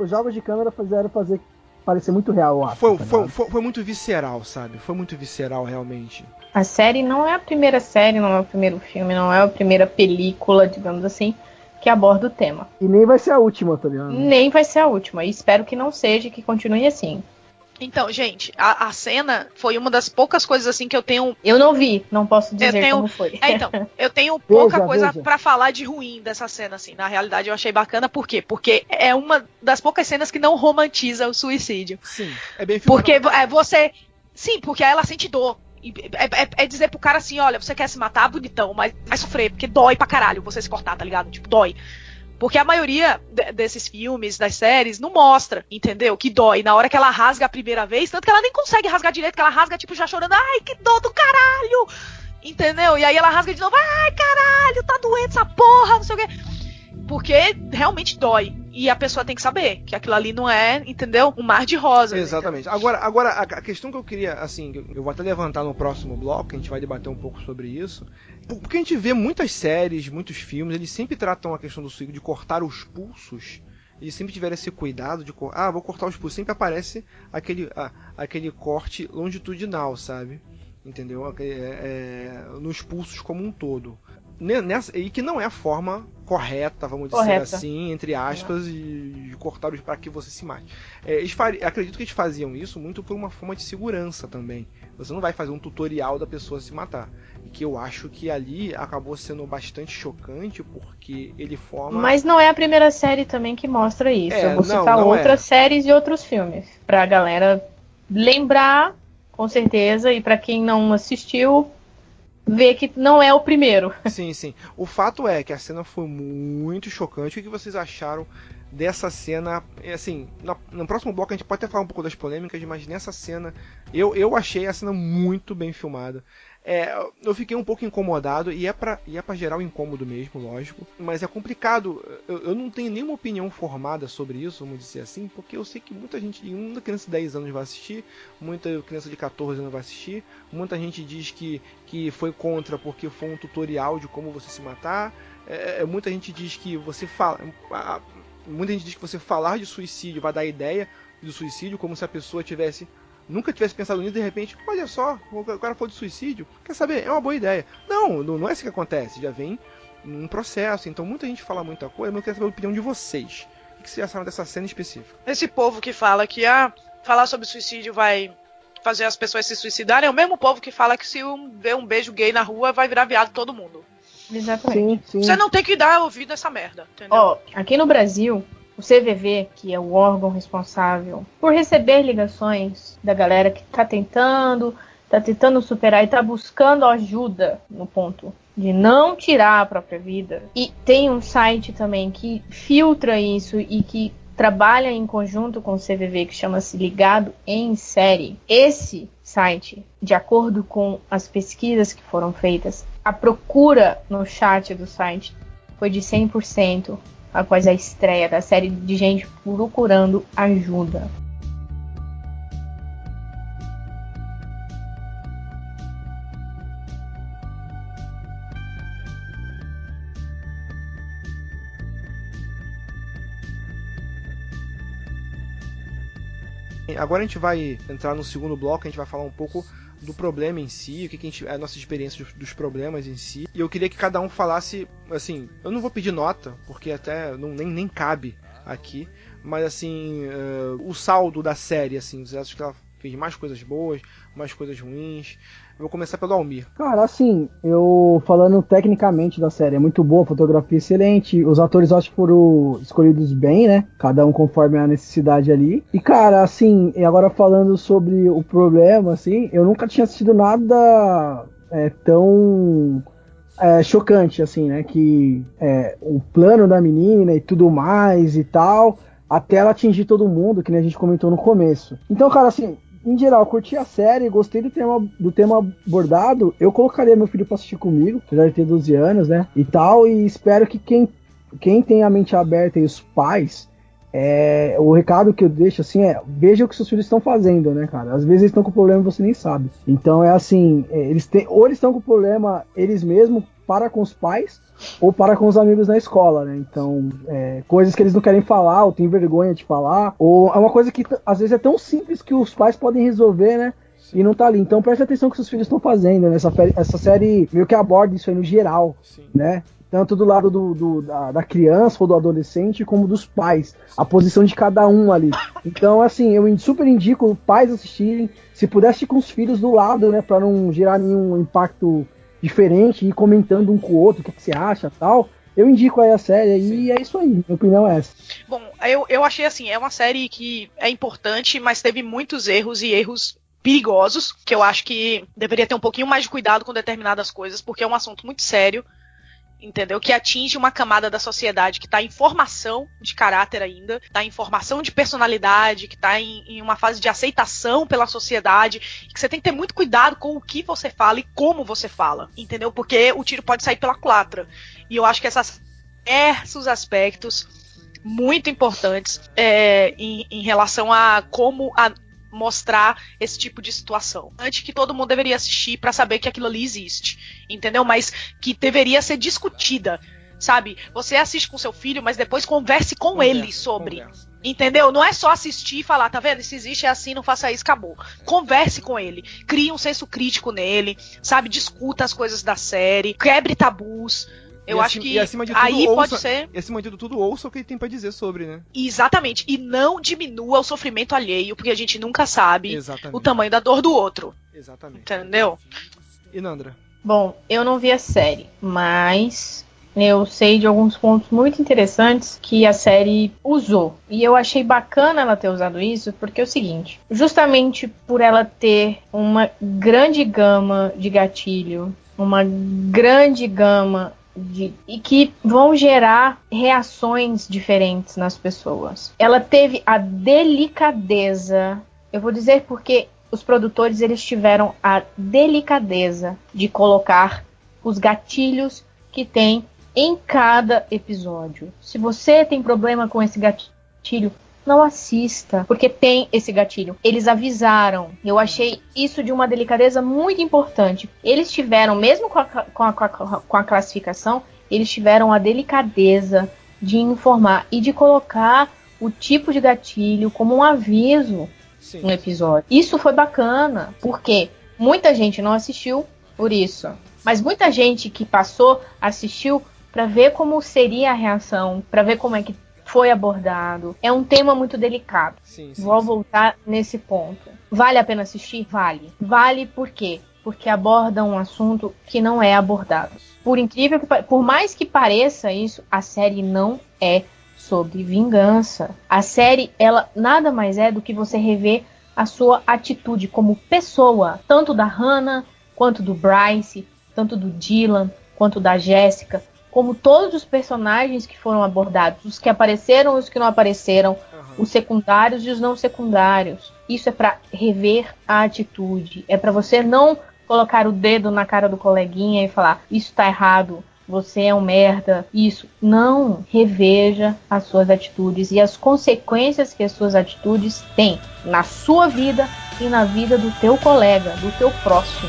fazer parecer muito real o ato. Foi muito visceral, sabe? Foi muito visceral, realmente. A série não é a primeira série, não é o primeiro filme, não é a primeira película, digamos assim, que aborda o tema. E nem vai ser a última, tá ligado? Nem vai ser a última. E espero que não seja, que continue assim. Então, gente, a cena foi uma das poucas coisas assim que eu tenho... Eu não vi, não posso dizer como foi. Então, eu tenho pouca coisa pra falar de ruim dessa cena, assim. Na realidade, eu achei bacana, por quê? Porque é uma das poucas cenas que não romantiza o suicídio. Sim, é bem filmado. Porque você... Sim, porque ela sente dor. É dizer pro cara assim, olha, você quer se matar, bonitão, mas vai sofrer, porque dói pra caralho você se cortar, tá ligado? Tipo, dói. Porque a maioria desses filmes, das séries, não mostra, entendeu? Que dói. Na hora que ela rasga a primeira vez, tanto que ela nem consegue rasgar direito, que ela rasga, tipo, já chorando. Ai, que dor do caralho! Entendeu? E aí ela rasga de novo. Ai, caralho, tá doendo essa porra, não sei o quê. Porque realmente dói. E a pessoa tem que saber que aquilo ali não é, entendeu? Um mar de rosas. Exatamente. Agora a questão que eu queria, assim, eu vou até levantar no próximo bloco, a gente vai debater um pouco sobre isso. Porque a gente vê muitas séries, muitos filmes, eles sempre tratam a questão do suicídio de cortar os pulsos. Eles sempre tiveram esse cuidado de vou cortar os pulsos. Sempre aparece aquele corte longitudinal, sabe? Entendeu? Nos pulsos como um todo. E que não é a forma correta, vamos dizer assim, entre aspas, de cortar para que você se mate. Acredito que eles faziam isso muito por uma forma de segurança também. Você não vai fazer um tutorial da pessoa se matar. E que eu acho que ali acabou sendo bastante chocante, porque ele forma... Mas não é a primeira série também que mostra isso. Eu vou citar outras séries e outros filmes, pra galera lembrar, com certeza, e pra quem não assistiu... ver que não é o primeiro. Sim, sim. O fato é que a cena foi muito chocante. O que vocês acharam dessa cena? Assim, no próximo bloco a gente pode até falar um pouco das polêmicas, mas nessa cena eu achei a cena muito bem filmada. Eu fiquei um pouco incomodado e é pra gerar um incômodo mesmo, lógico. Mas é complicado. Eu não tenho nenhuma opinião formada sobre isso, vamos dizer assim, porque eu sei que muita criança de 10 anos vai assistir, muita criança de 14 anos vai assistir, muita gente diz que foi contra porque foi um tutorial de como você se matar. Muita gente diz que você falar de suicídio vai dar ideia do suicídio, como se a pessoa nunca tivesse pensado nisso, de repente, olha só, o cara falou de suicídio, quer saber, é uma boa ideia. Não é isso que acontece, já vem um processo, então muita gente fala muita coisa, mas eu quero saber a opinião de vocês. O que vocês acharam dessa cena específica? Esse povo que fala que falar sobre suicídio vai fazer as pessoas se suicidarem é o mesmo povo que fala que se ver um beijo gay na rua vai virar viado todo mundo. Exatamente. Sim. Você não tem que dar ouvido a essa merda, entendeu? Aqui no Brasil, o CVV, que é o órgão responsável por receber ligações da galera que tá tentando superar e tá buscando ajuda no ponto de não tirar a própria vida. E tem um site também que filtra isso e que trabalha em conjunto com o CVV, que chama-se Ligado em Série. Esse site, de acordo com as pesquisas que foram feitas, a procura no chat do site foi de 100% após a estreia da série, de gente procurando ajuda. Agora a gente vai entrar no segundo bloco, a gente vai falar um pouco do problema em si, a nossa experiência dos problemas em si. E eu queria que cada um falasse, assim, eu não vou pedir nota, porque até nem cabe aqui, mas assim, o saldo da série, assim, vocês acham que ela fez mais coisas boas, mais coisas ruins? Eu vou começar pelo Almir. Cara, assim, eu falando tecnicamente da série, é muito boa, fotografia excelente, os atores acho que foram escolhidos bem, né? Cada um conforme a necessidade ali. E cara, assim, e agora falando sobre o problema, assim, eu nunca tinha assistido nada tão chocante, assim, né? Que o plano da menina e tudo mais e tal, até ela atingir todo mundo, que nem a gente comentou no começo. Então, cara, assim, em geral, curti a série, gostei do tema abordado. Eu colocaria meu filho pra assistir comigo, apesar de ter 12 anos, né? E tal, e espero que quem tem a mente aberta e os pais, o recado que eu deixo assim veja o que seus filhos estão fazendo, né, cara? Às vezes eles estão com problema e você nem sabe. Então é assim, eles estão com problema eles mesmos para com os pais ou para com os amigos na escola, né? Então, coisas que eles não querem falar ou têm vergonha de falar, ou é uma coisa que às vezes é tão simples que os pais podem resolver, né? E não tá ali. Então preste atenção no que seus filhos estão fazendo, né? Essa série meio que aborda isso aí no geral, né? Tanto do lado da criança ou do adolescente, como dos pais. A posição de cada um ali. Então, assim, eu super indico pais assistirem. Se puder assistir com os filhos do lado, né? Pra não gerar nenhum impacto diferente, ir comentando um com o outro, o que você acha e tal. Eu indico aí a série e é isso aí. Minha opinião é essa. Bom, eu achei assim, é uma série que é importante, mas teve muitos erros e erros perigosos, que eu acho que deveria ter um pouquinho mais de cuidado com determinadas coisas, porque é um assunto muito sério. Entendeu? Que atinge uma camada da sociedade que está em formação de caráter ainda, está em formação de personalidade, que está em uma fase de aceitação pela sociedade, que você tem que ter muito cuidado com o que você fala e como você fala, entendeu? Porque o tiro pode sair pela culatra. E eu acho que esses aspectos muito importantes em relação a como mostrar esse tipo de situação. Antes que todo mundo deveria assistir pra saber que aquilo ali existe, entendeu? Mas que deveria ser discutida, sabe? Você assiste com seu filho, mas depois converse com ele sobre, entendeu? Não é só assistir e falar, tá vendo? Se existe é assim, não faça isso, acabou. Converse com ele, crie um senso crítico nele, sabe? Discuta as coisas da série, quebre tabus. Eu acho que aí pode ser... E acima de tudo, ouça o que ele tem pra dizer sobre, né? Exatamente. E não diminua o sofrimento alheio, porque a gente nunca sabe o tamanho da dor do outro. Exatamente. Entendeu? E Nandra? Bom, eu não vi a série, mas eu sei de alguns pontos muito interessantes que a série usou. E eu achei bacana ela ter usado isso, porque é o seguinte, justamente por ela ter uma grande gama de gatilho, uma grande gama e que vão gerar reações diferentes nas pessoas. Ela teve a delicadeza, eu vou dizer porque os produtores eles tiveram a delicadeza de colocar os gatilhos que tem em cada episódio. Se você tem problema com esse gatilho, não assista, porque tem esse gatilho. Eles avisaram. Eu achei isso de uma delicadeza muito importante. Eles tiveram, mesmo com a classificação, eles tiveram a delicadeza de informar e de colocar o tipo de gatilho como um aviso no episódio. Isso foi bacana, porque muita gente não assistiu por isso. Mas muita gente que passou, assistiu para ver como seria a reação, para ver como é que foi abordado. É um tema muito delicado. Vou voltar nesse ponto. Vale a pena assistir? Vale. Vale por quê? Porque aborda um assunto que não é abordado. Por mais que pareça isso, a série não é sobre vingança. A série, ela nada mais é do que você rever a sua atitude como pessoa, tanto da Hannah, quanto do Bryce, tanto do Dylan, quanto da Jessica, como todos os personagens que foram abordados, os que apareceram e os que não apareceram, os secundários e os não secundários. Isso é para rever a atitude, é para você não colocar o dedo na cara do coleguinha e falar, isso tá errado, você é um merda, isso. Não, reveja as suas atitudes e as consequências que as suas atitudes têm na sua vida e na vida do teu colega, do teu próximo.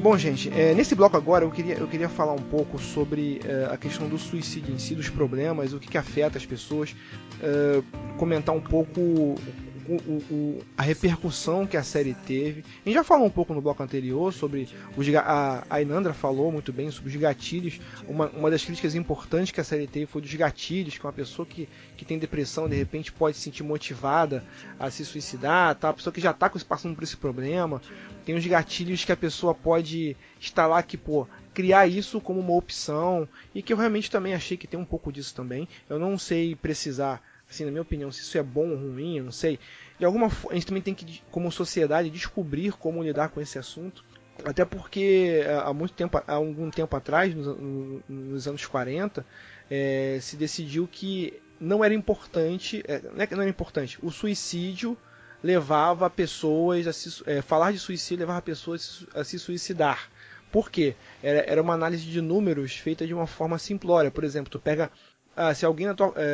Bom, gente, nesse bloco agora eu queria falar um pouco sobre a questão do suicídio em si, dos problemas, o que afeta as pessoas, comentar um pouco a repercussão que a série teve. A gente já falou um pouco no bloco anterior sobre a Inandra falou muito bem sobre os gatilhos. Uma das críticas importantes que a série teve foi dos gatilhos, que uma pessoa que tem depressão de repente pode se sentir motivada a se suicidar, tá? A pessoa que já está passando por esse problema, tem os gatilhos que a pessoa pode instalar que, criar isso como uma opção, e que eu realmente também achei que tem um pouco disso também. Eu não sei precisar, assim, na minha opinião, se isso é bom ou ruim, eu não sei. De alguma forma, a gente também tem que, como sociedade, descobrir como lidar com esse assunto. Até porque há algum tempo atrás, nos anos 40, se decidiu que não era importante, o suicídio levava pessoas falar de suicídio levava pessoas a se suicidar. Por quê? Era uma análise de números feita de uma forma simplória. Por exemplo, tu pega se alguém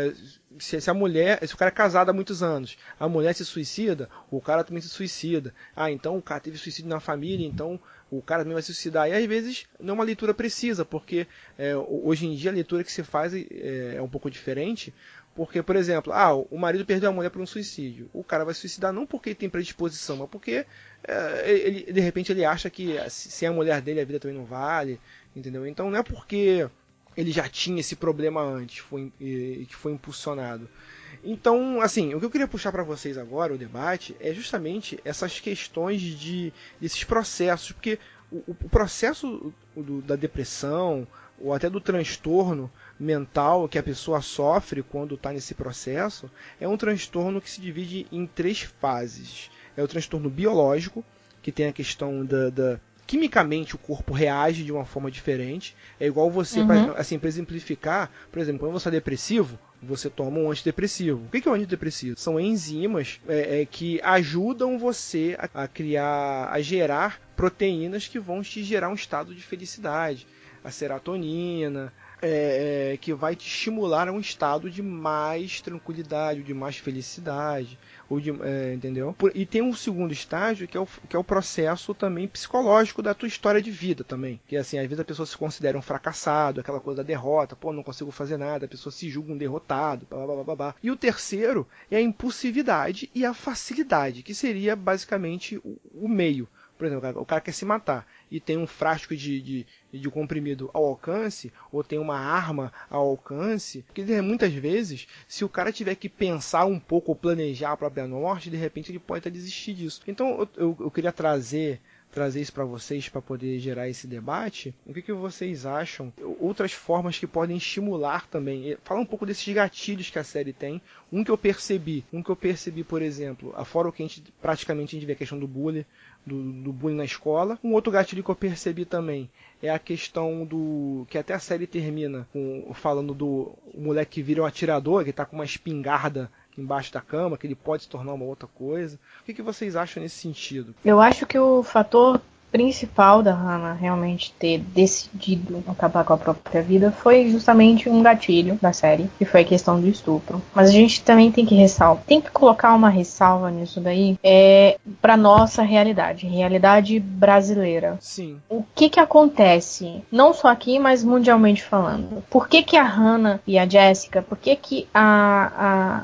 se o cara é casado há muitos anos, a mulher se suicida, o cara também se suicida. Então o cara teve suicídio na família, então o cara também vai se suicidar. E às vezes não é uma leitura precisa, porque hoje em dia a leitura que se faz é um pouco diferente. Porque, por exemplo, o marido perdeu a mulher por um suicídio. O cara vai se suicidar não porque ele tem predisposição, mas porque de repente ele acha que se é a mulher dele, a vida também não vale, entendeu? Então não é porque ele já tinha esse problema antes, que foi impulsionado. Então, assim, o que eu queria puxar para vocês agora, o debate, é justamente essas questões desses processos, porque o processo da depressão, ou até do transtorno mental que a pessoa sofre quando está nesse processo, é um transtorno que se divide em 3 fases. É o transtorno biológico, que tem a questão quimicamente o corpo reage de uma forma diferente. É igual você, para exemplificar, por exemplo, quando você é depressivo, você toma um antidepressivo. O que é um antidepressivo? São enzimas que ajudam você a gerar proteínas que vão te gerar um estado de felicidade. A serotonina, que vai te estimular a um estado de mais tranquilidade, de mais felicidade, entendeu? E tem um segundo estágio que é o processo também psicológico da tua história de vida também, que assim, às vezes a pessoa se considera um fracassado, aquela coisa da derrota, não consigo fazer nada, a pessoa se julga um derrotado, blá, blá, blá, blá. E o terceiro é a impulsividade e a facilidade, que seria basicamente o meio. Por exemplo, o cara quer se matar e tem um frasco de comprimido ao alcance, ou tem uma arma ao alcance, porque muitas vezes, se o cara tiver que pensar um pouco ou planejar a própria morte, de repente ele pode até desistir disso. Então eu queria trazer isso para vocês, para poder gerar esse debate. O que vocês acham? Outras formas que podem estimular também. Falar um pouco desses gatilhos que a série tem. Um que eu percebi, por exemplo, fora o que praticamente a gente vê a questão do bullying, do bullying na escola. Um outro gatilho que eu percebi também é a questão que até a série termina falando do moleque que vira um atirador, que está com uma espingarda embaixo da cama, que ele pode se tornar uma outra coisa. O que vocês acham nesse sentido? Eu acho que o fator principal da Hannah realmente ter decidido acabar com a própria vida foi justamente um gatilho da série, que foi a questão do estupro. Mas a gente também tem que colocar uma ressalva nisso daí, pra nossa realidade brasileira. Sim. O que acontece, não só aqui, mas mundialmente falando? Por que a Hannah e a Jessica, por que a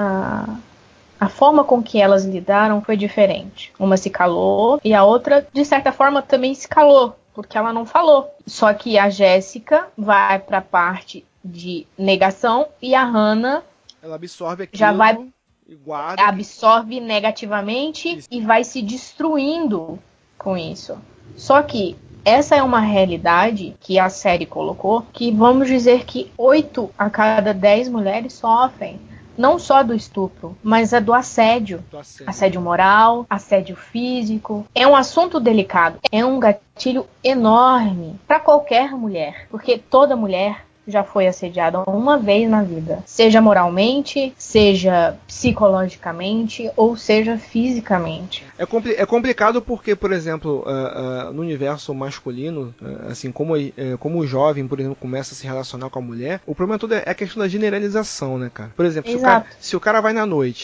forma com que elas lidaram foi diferente? Uma se calou e a outra, de certa forma, também se calou, porque ela não falou. Só que a Jéssica vai para a parte de negação e a Hannah ela absorve aquilo já vai e guarda, absorve negativamente e vai se destruindo com isso. Só que essa é uma realidade que a série colocou, que vamos dizer que 8 a cada 10 mulheres sofrem. Não só do estupro, mas do assédio. Assédio moral, assédio físico. É um assunto delicado. É um gatilho enorme para qualquer mulher. Porque toda mulher já foi assediada uma vez na vida. Seja moralmente, seja psicologicamente, ou seja fisicamente. É complicado porque, por exemplo, no universo masculino, assim como o jovem, por exemplo, começa a se relacionar com a mulher, o problema todo é a questão da generalização, né, cara? Por exemplo, se o cara vai na noite,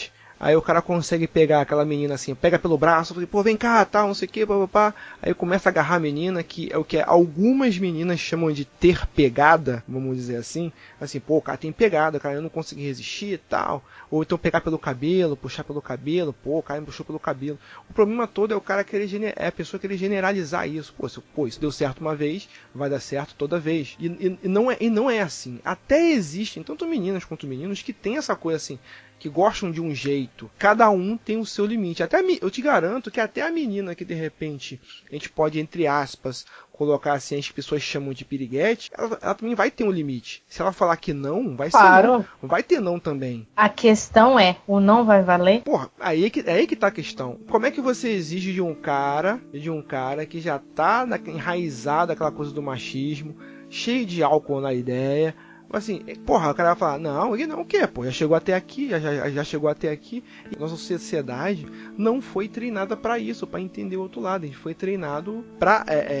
Aí o cara consegue pegar aquela menina assim, pega pelo braço, fala, pô, vem cá, tal, não sei o que, papapá. Aí começa a agarrar a menina, que é o que algumas meninas chamam de ter pegada, vamos dizer assim, pô, o cara tem pegada, cara, eu não consegui resistir e tal. Ou então pegar pelo cabelo, puxar pelo cabelo, pô, o cara me puxou pelo cabelo. O problema todo é o cara querer a pessoa querer generalizar isso. Pô, isso deu certo uma vez, vai dar certo toda vez. E não é assim. Até existem tanto meninas quanto meninos que tem essa coisa assim, que gostam de um jeito. Cada um tem o seu limite. Eu te garanto que até a menina que de repente a gente pode, entre aspas, colocar assim, as pessoas chamam de piriguete, ela também vai ter um limite. Se ela falar que não, vai ser não. Vai ter não também. A questão é, o não vai valer? Porra, aí que tá a questão. Como é que você exige de um cara que já tá enraizado aquela coisa do machismo, cheio de álcool na ideia, assim, porra, o cara vai falar, não, ele não o quê, pô, já chegou até aqui, já chegou até aqui, e nossa sociedade não foi treinada para isso, para entender o outro lado, a gente foi treinado para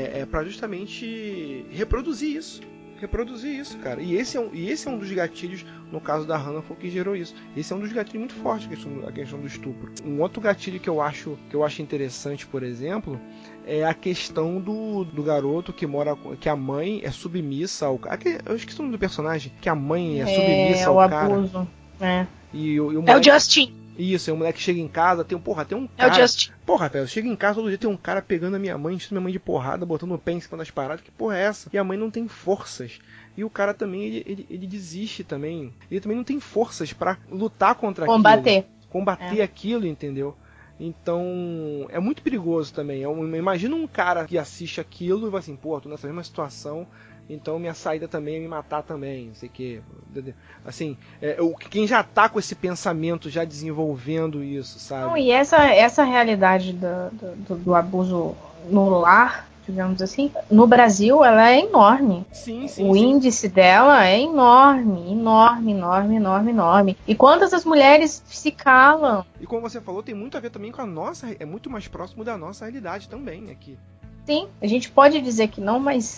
justamente reproduzir isso, cara, e esse é um dos gatilhos, no caso da Hannah, foi o que gerou isso. Esse é um dos gatilhos muito fortes, a questão do estupro. Um outro gatilho que eu acho interessante, por exemplo, é a questão do garoto que a mãe é submissa ao cara. Eu esqueci o nome do personagem, que a mãe é submissa ao cara. É o abuso. E o moleque, é o Justin. Isso, aí o moleque chega em casa, tem um cara... É o Justin. Porra, velho, chega em casa todo dia, tem um cara pegando a minha mãe, enchendo minha mãe de porrada, botando o pé em cima das paradas, que porra é essa? E a mãe não tem forças. E o cara também, ele desiste também. Ele também não tem forças pra lutar contra aquilo. Combater aquilo, entendeu? Então, é muito perigoso também. Imagina um cara que assiste aquilo e vai assim, pô, tô nessa mesma situação, então minha saída também é me matar também, não sei o que. Assim, quem já tá com esse pensamento, já desenvolvendo isso, sabe? Não, e essa realidade do abuso no lar, digamos assim, no Brasil ela é enorme. Sim, o índice dela é enorme. E quantas as mulheres se calam? E como você falou, tem muito a ver também com a nossa, é muito mais próximo da nossa realidade também aqui. Sim, a gente pode dizer que não, mas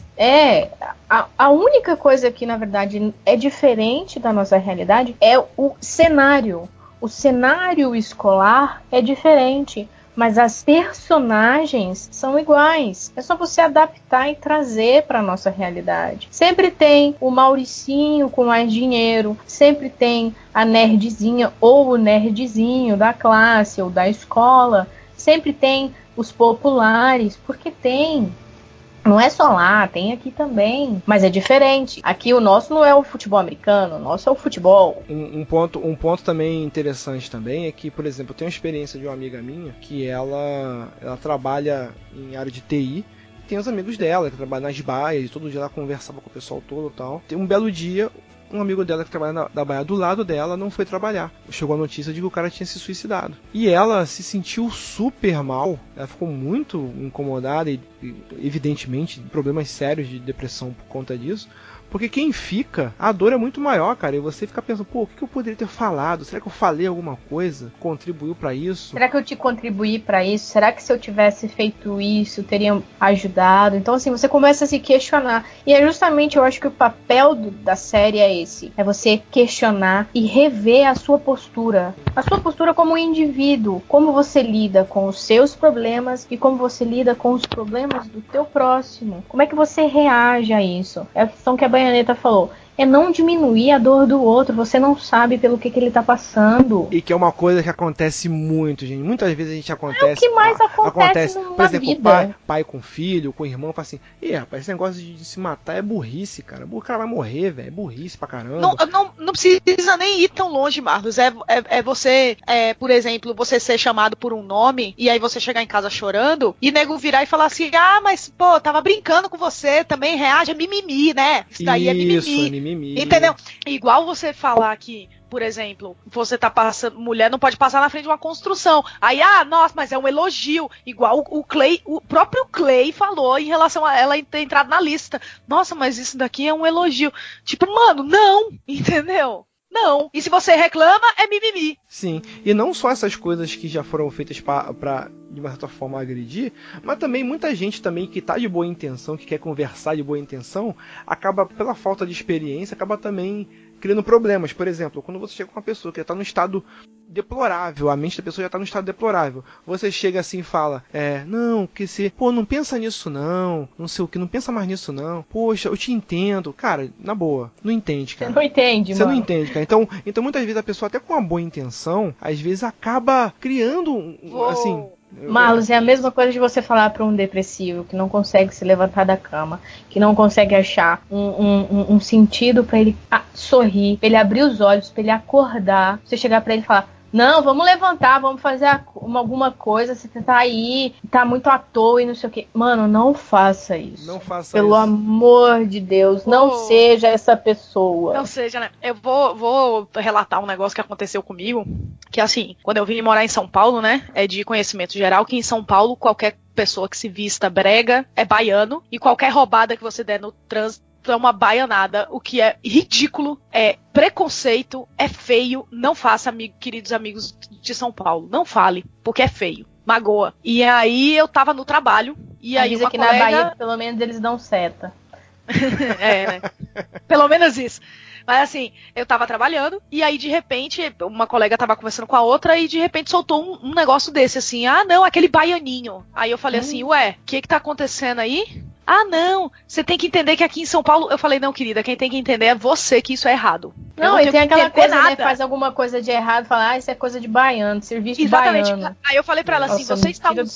a única coisa que, na verdade, é diferente da nossa realidade é o cenário. O cenário escolar é diferente, mas as personagens são iguais. É só você adaptar e trazer para nossa realidade. Sempre tem o Mauricinho com mais dinheiro, sempre tem a nerdzinha ou o nerdzinho da classe ou da escola, sempre tem os populares, porque tem. Não é só lá, tem aqui também. Mas é diferente. Aqui o nosso não é o futebol americano, o nosso é o futebol. Um ponto também interessante também é que, por exemplo, eu tenho uma experiência de uma amiga minha que ela trabalha em área de TI. Tem os amigos dela que trabalham nas baias, e todo dia ela conversava com o pessoal todo e tal. Tem um belo dia, um amigo dela que trabalha na baia do lado dela não foi trabalhar. Chegou a notícia de que o cara tinha se suicidado. E ela se sentiu super mal. Ela ficou muito incomodada e evidentemente, problemas sérios de depressão por conta disso. Porque quem fica, a dor é muito maior, cara. E você fica pensando, pô, o que eu poderia ter falado? Será que eu falei alguma coisa? Contribuiu pra isso? Será que eu te contribuí pra isso? Será que se eu tivesse feito isso, teria ajudado? Então, assim, você começa a se questionar. E é justamente, eu acho que o papel da série é esse. É você questionar e rever a sua postura. A sua postura como indivíduo. Como você lida com os seus problemas e como você lida com os problemas do teu próximo. Como é que você reage a isso? É a questão que a Baianeta falou, é não diminuir a dor do outro, você não sabe pelo que ele tá passando. E que é uma coisa que acontece muito, gente. Muitas vezes a gente acontece... É o que mais acontece por exemplo, vida. Pai com filho, com irmão, fala assim, rapaz, esse negócio de se matar é burrice, cara. O cara vai morrer, velho, é burrice pra caramba. Não precisa nem ir tão longe, Marlos. É você, por exemplo, você ser chamado por um nome, e aí você chegar em casa chorando, e nego virar e falar assim, mas, pô, tava brincando com você, também reage, é mimimi, né? Isso daí é mimimi. Entendeu? Igual você falar que, por exemplo, você tá passando, mulher não pode passar na frente de uma construção. Aí, nossa, mas é um elogio. Igual o próprio Clay falou em relação a ela ter entrado na lista. Nossa, mas isso daqui é um elogio. Tipo, mano, não, entendeu? Não. E se você reclama, é mimimi. Sim. E não só essas coisas que já foram feitas pra de uma certa forma agredir, mas também muita gente também que tá de boa intenção, que quer conversar de boa intenção, acaba, pela falta de experiência, acaba também criando problemas. Por exemplo, quando você chega com uma pessoa que está num estado deplorável, a mente da pessoa já está num estado deplorável, você chega assim e fala, não, que se, pô, não pensa nisso não sei o que, não pensa mais nisso não, poxa, eu te entendo, cara, na boa, não entende, cara. Você não entende, Você não entende, cara. Então muitas vezes a pessoa, até com uma boa intenção, às vezes acaba criando, assim... Marlos, é a mesma coisa de você falar para um depressivo que não consegue se levantar da cama, que não consegue achar um sentido para ele sorrir, para ele abrir os olhos, para ele acordar. Você chegar para ele e falar, não, vamos levantar, vamos fazer alguma coisa, você tá aí, tá muito à toa e não sei o que. Mano, não faça isso. Não faça Pelo isso. amor de Deus, não seja essa pessoa. Não seja, né? Eu vou relatar um negócio que aconteceu comigo, que assim, quando eu vim morar em São Paulo, né, é de conhecimento geral que em São Paulo qualquer pessoa que se vista brega é baiano e qualquer roubada que você der no trânsito é uma baianada, o que é ridículo, é preconceito, é feio, não faça, queridos amigos de São Paulo, não fale, porque é feio, magoa. E aí eu tava no trabalho, e aí uma que colega... na Bahia, pelo menos, eles dão seta. né? Pelo menos isso. Mas assim, eu tava trabalhando, e aí de repente, uma colega tava conversando com a outra, e de repente soltou um negócio desse, assim, não, aquele baianinho. Aí eu falei assim, ué, o que tá acontecendo aí? Não, você tem que entender que aqui em São Paulo... Eu falei, não, querida, quem tem que entender é você que isso é errado. Não, e tem aquela coisa, né, faz alguma coisa de errado, fala, isso é coisa de baiano, serviço de baiano. Aí eu falei pra ela assim, você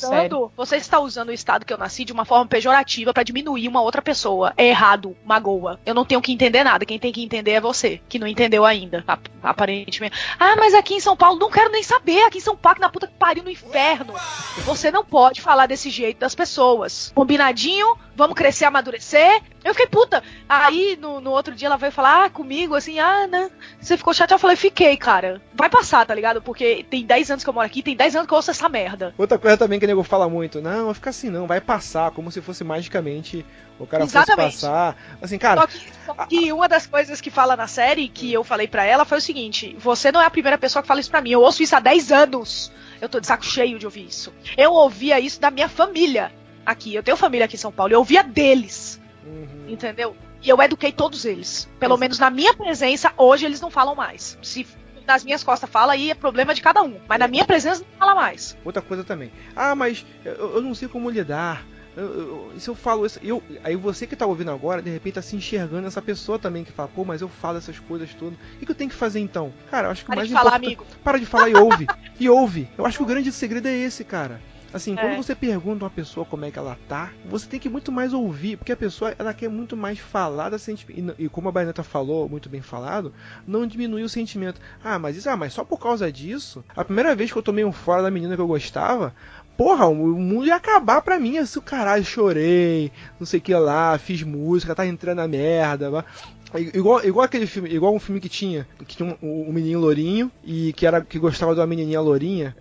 está usando o estado que eu nasci de uma forma pejorativa pra diminuir uma outra pessoa. É errado, magoa. Eu não tenho que entender nada, quem tem que entender é você, que não entendeu ainda, aparentemente. Mas aqui em São Paulo, não quero nem saber, aqui em São Paulo, na puta que pariu, no inferno. Você não pode falar desse jeito das pessoas. Combinadinho? Vamos crescer, amadurecer. Eu fiquei puta. Aí, no outro dia, ela veio falar comigo, assim, né? Você ficou chateado? Eu falei, fiquei, cara. Vai passar, tá ligado? Porque tem 10 anos que eu moro aqui, tem 10 anos que eu ouço essa merda. Outra coisa também que o nego fala muito, não, fica assim não, vai passar, como se fosse magicamente o cara fosse passar. Assim, cara... Só que uma das coisas que fala na série, que eu falei pra ela, foi o seguinte, você não é a primeira pessoa que fala isso pra mim, eu ouço isso há 10 anos. Eu tô de saco cheio de ouvir isso. Eu ouvia isso da minha família aqui. Eu tenho família aqui em São Paulo. Eu ouvia deles. Entendeu? E eu eduquei todos eles. Pelo menos na minha presença, hoje eles não falam mais. Se nas minhas costas fala, aí é problema de cada um. Mas na minha presença não fala mais. Outra coisa também. Mas eu não sei como lidar. Se eu falo isso, aí você que tá ouvindo agora, de repente tá se enxergando essa pessoa também que fala, pô, mas eu falo essas coisas todas. O que eu tenho que fazer então? Cara, eu acho que o mais importante... amigo. Para de falar e ouve. E ouve. Eu acho que o grande segredo é esse, cara. Assim, quando você pergunta a uma pessoa como é que ela tá, você tem que muito mais ouvir, porque a pessoa, ela quer muito mais falar da sentimento. E como a Baioneta falou, muito bem falado, não diminuir o sentimento. Mas só por causa disso, a primeira vez que eu tomei um fora da menina que eu gostava, porra, o mundo ia acabar pra mim. Assim, caralho, chorei, não sei o que lá, fiz música, tá entrando na merda. Igual aquele filme, igual um filme que tinha um menino lourinho e que gostava de uma menininha lourinha,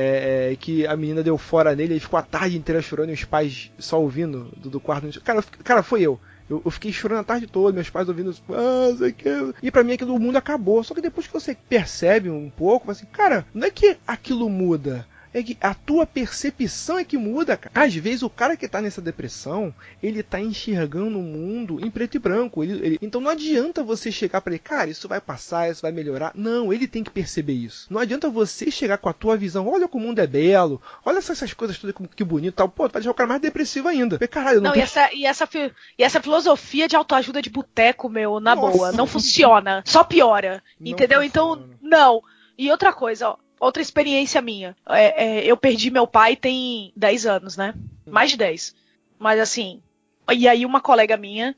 que a menina deu fora nele, ele ficou a tarde inteira chorando e os pais só ouvindo do quarto. Cara, foi eu. Eu fiquei chorando a tarde toda, meus pais ouvindo sei que... E pra mim aquilo, o mundo acabou. Só que depois que você percebe um pouco, assim, cara, não é que aquilo muda. É que a tua percepção é que muda, cara. Às vezes o cara que tá nessa depressão, ele tá enxergando o mundo em preto e branco. Então não adianta você chegar pra ele, cara, isso vai passar, isso vai melhorar. Não, ele tem que perceber isso. Não adianta você chegar com a tua visão, olha como o mundo é belo, olha essas coisas todas, que bonito e tal. Pô, vai deixar o cara mais depressivo ainda. Porque, caralho, não e essa filosofia de autoajuda de boteco, na boa, não funciona. Só piora. Entendeu? Então, não. E outra coisa, ó. Outra experiência minha. Eu perdi meu pai tem 10 anos, né? Mais de 10. Mas assim... E aí uma colega minha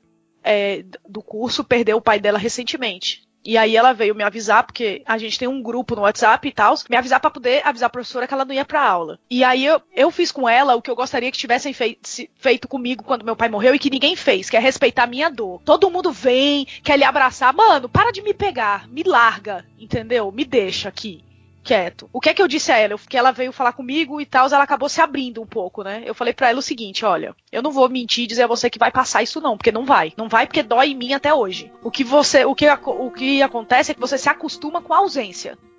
do curso perdeu o pai dela recentemente. E aí ela veio me avisar, porque a gente tem um grupo no WhatsApp e tal, me avisar pra poder avisar a professora que ela não ia pra aula. E aí eu fiz com ela o que eu gostaria que tivessem feito comigo quando meu pai morreu e que ninguém fez, que é respeitar a minha dor. Todo mundo vem, quer lhe abraçar. Mano, para de me pegar, me larga, entendeu? Me deixa aqui. Quieto. O que é que eu disse a ela? Que ela veio falar comigo e tal, ela acabou se abrindo um pouco, né? Eu falei pra ela o seguinte, olha, eu não vou mentir e dizer a você que vai passar isso não, porque não vai. Não vai porque dói em mim até hoje. O que acontece é que você se acostuma com a ausência.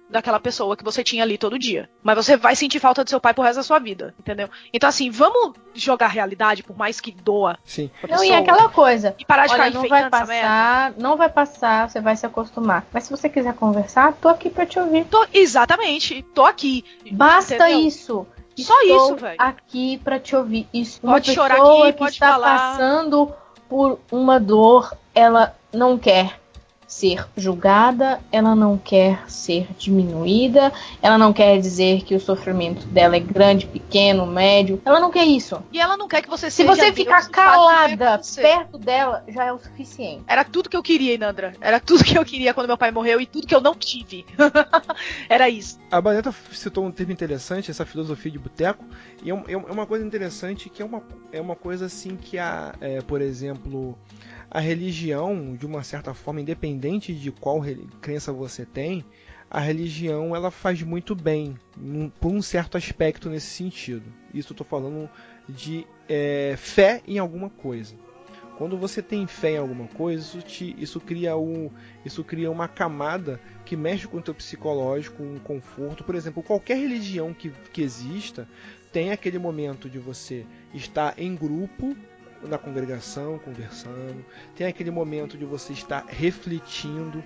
daquela pessoa que você tinha ali todo dia. Mas você vai sentir falta do seu pai pro resto da sua vida, entendeu? Então, assim, vamos jogar a realidade, por mais que doa. Sim. Não, e aquela coisa. E parar de ficar não vai passar, não vai passar, você vai se acostumar. Mas se você quiser conversar, tô aqui pra te ouvir. Exatamente, tô aqui. Basta entendeu? isso. Só Estou isso, velho. aqui pra te ouvir. Isso. Pode uma chorar pessoa aqui, que pode está falar. passando por uma dor, ela não quer ser julgada, ela não quer ser diminuída, ela não quer dizer que o sofrimento dela é grande, pequeno, médio, ela não quer isso. E ela não quer que você Se seja você Deus ficar e calada você. perto dela, já é o suficiente. Era tudo que eu queria, Inandra. Era tudo que eu queria quando meu pai morreu e tudo que eu não tive. Era isso. A Baneta citou um termo interessante, essa filosofia de boteco, e é uma coisa interessante que é uma coisa assim que por exemplo, a religião, de uma certa forma, independente de qual crença você tem, a religião ela faz muito bem, por um certo aspecto nesse sentido. Isso eu estou falando de fé em alguma coisa. Quando você tem fé em alguma coisa, isso cria uma camada que mexe com o teu psicológico, um conforto. Por exemplo, qualquer religião que exista, tem aquele momento de você estar em grupo, na congregação, conversando, tem aquele momento de você estar refletindo,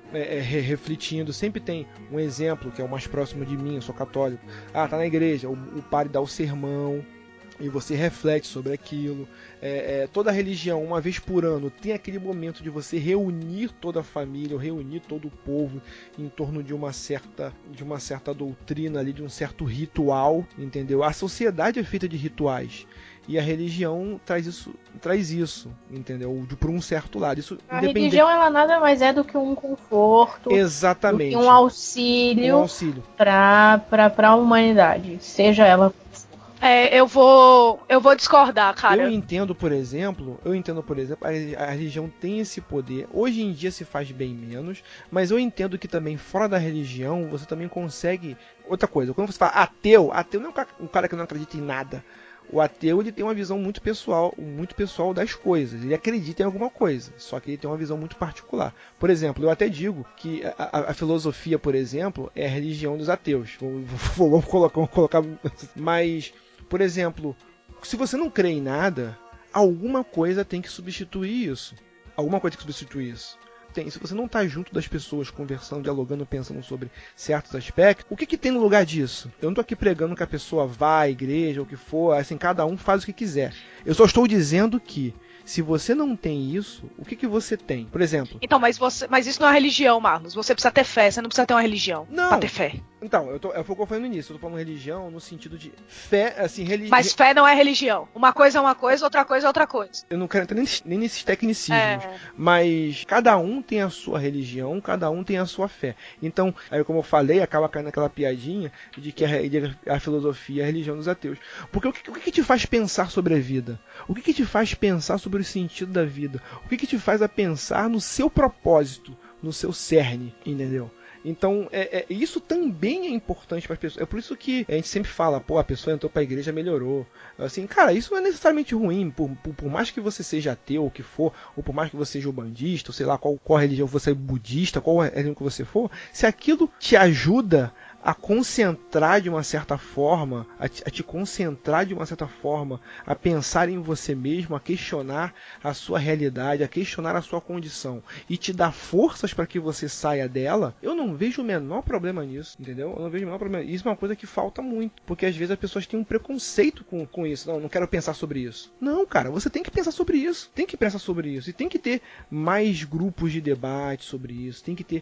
sempre tem um exemplo que é o mais próximo de mim, eu sou católico, tá na igreja, o padre dá o sermão, e você reflete sobre aquilo. Toda religião, uma vez por ano, tem aquele momento de você reunir toda a família, reunir todo o povo em torno de uma certa doutrina ali, de um certo ritual, entendeu? A sociedade é feita de rituais. E a religião traz isso, entendeu? Por um certo lado. Isso, a religião, ela nada mais é do que um conforto. Exatamente. Do que um auxílio. Para a humanidade, seja ela. Eu vou discordar, cara. Eu entendo, por exemplo, a religião tem esse poder. Hoje em dia se faz bem menos, mas eu entendo que também fora da religião você também consegue. Outra coisa, quando você fala ateu não é um cara que não acredita em nada. O ateu ele tem uma visão muito pessoal das coisas. Ele acredita em alguma coisa, só que ele tem uma visão muito particular. Por exemplo, eu até digo que a filosofia, por exemplo, é a religião dos ateus. Vamos colocar. Mas, por exemplo, se você não crê em nada, alguma coisa tem que substituir isso. Se você não está junto das pessoas, conversando, dialogando, pensando sobre certos aspectos, o que tem no lugar disso? Eu não estou aqui pregando que a pessoa vá à igreja ou o que for, assim, cada um faz o que quiser. Eu só estou dizendo que, se você não tem isso, o que você tem? Por exemplo... Então, mas isso não é religião, Marlos. Você precisa ter fé, você não precisa ter uma religião pra ter fé. Então, foi o que eu falei no início. Eu tô falando religião no sentido de fé, assim, religião... Mas fé não é religião. Uma coisa é uma coisa, outra coisa é outra coisa. Eu não quero entrar nem nesses tecnicismos. Mas cada um tem a sua religião, cada um tem a sua fé. Então, aí como eu falei, acaba caindo naquela piadinha de que a filosofia é a religião dos ateus. Porque o que te faz pensar sobre a vida? O que te faz pensar sobre o sentido da vida? O que te faz a pensar no seu propósito, no seu cerne, entendeu? Então, isso também é importante para as pessoas. É por isso que a gente sempre fala, a pessoa entrou para a igreja, melhorou. Assim, cara, isso não é necessariamente ruim. Por mais que você seja ateu, ou que for, ou por mais que você seja bandista, ou sei lá, qual religião você é, budista, qual religião que você for, se aquilo te ajuda a concentrar de uma certa forma, a te concentrar de uma certa forma, a pensar em você mesmo, a questionar a sua realidade, a questionar a sua condição e te dar forças para que você saia dela, eu não vejo o menor problema nisso, entendeu? Eu não vejo o menor problema. Isso é uma coisa que falta muito, porque às vezes as pessoas têm um preconceito com isso. Não quero pensar sobre isso. Não, cara, você tem que pensar sobre isso. Tem que pensar sobre isso. E tem que ter mais grupos de debate sobre isso. Tem que ter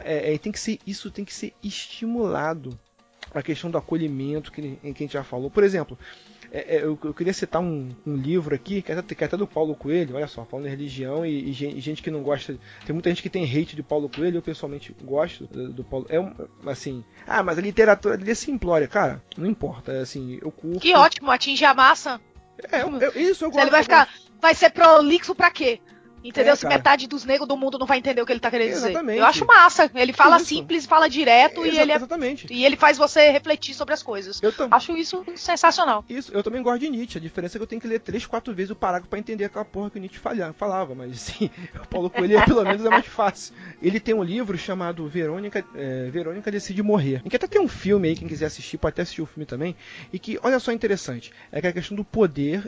isso tem que ser estimulado. A questão do acolhimento que a gente já falou. Por exemplo, eu queria citar um livro aqui, que é até do Paulo Coelho, olha só, falando em religião e gente que não gosta. Tem muita gente que tem hate de Paulo Coelho, eu pessoalmente gosto do Paulo. Assim, mas a literatura dele é simplória, cara, não importa, assim, eu curto. Que ótimo, atinge a massa. Isso eu gosto. Ele vai ser prolixo pra quê? Entendeu? Se metade dos negros do mundo não vai entender o que ele tá querendo dizer. Eu acho massa. Ele fala simples, fala direto e ele faz você refletir sobre as coisas. Acho isso sensacional. Isso, eu também gosto de Nietzsche. A diferença é que eu tenho que ler 3-4 vezes o parágrafo pra entender aquela porra que o Nietzsche falava. Mas assim, o Paulo Coelho pelo menos é mais fácil. ele tem um livro chamado Verônica Decide Morrer, em que até tem um filme aí, quem quiser assistir, pode até assistir o filme também, e que, olha só, interessante, é que a questão do poder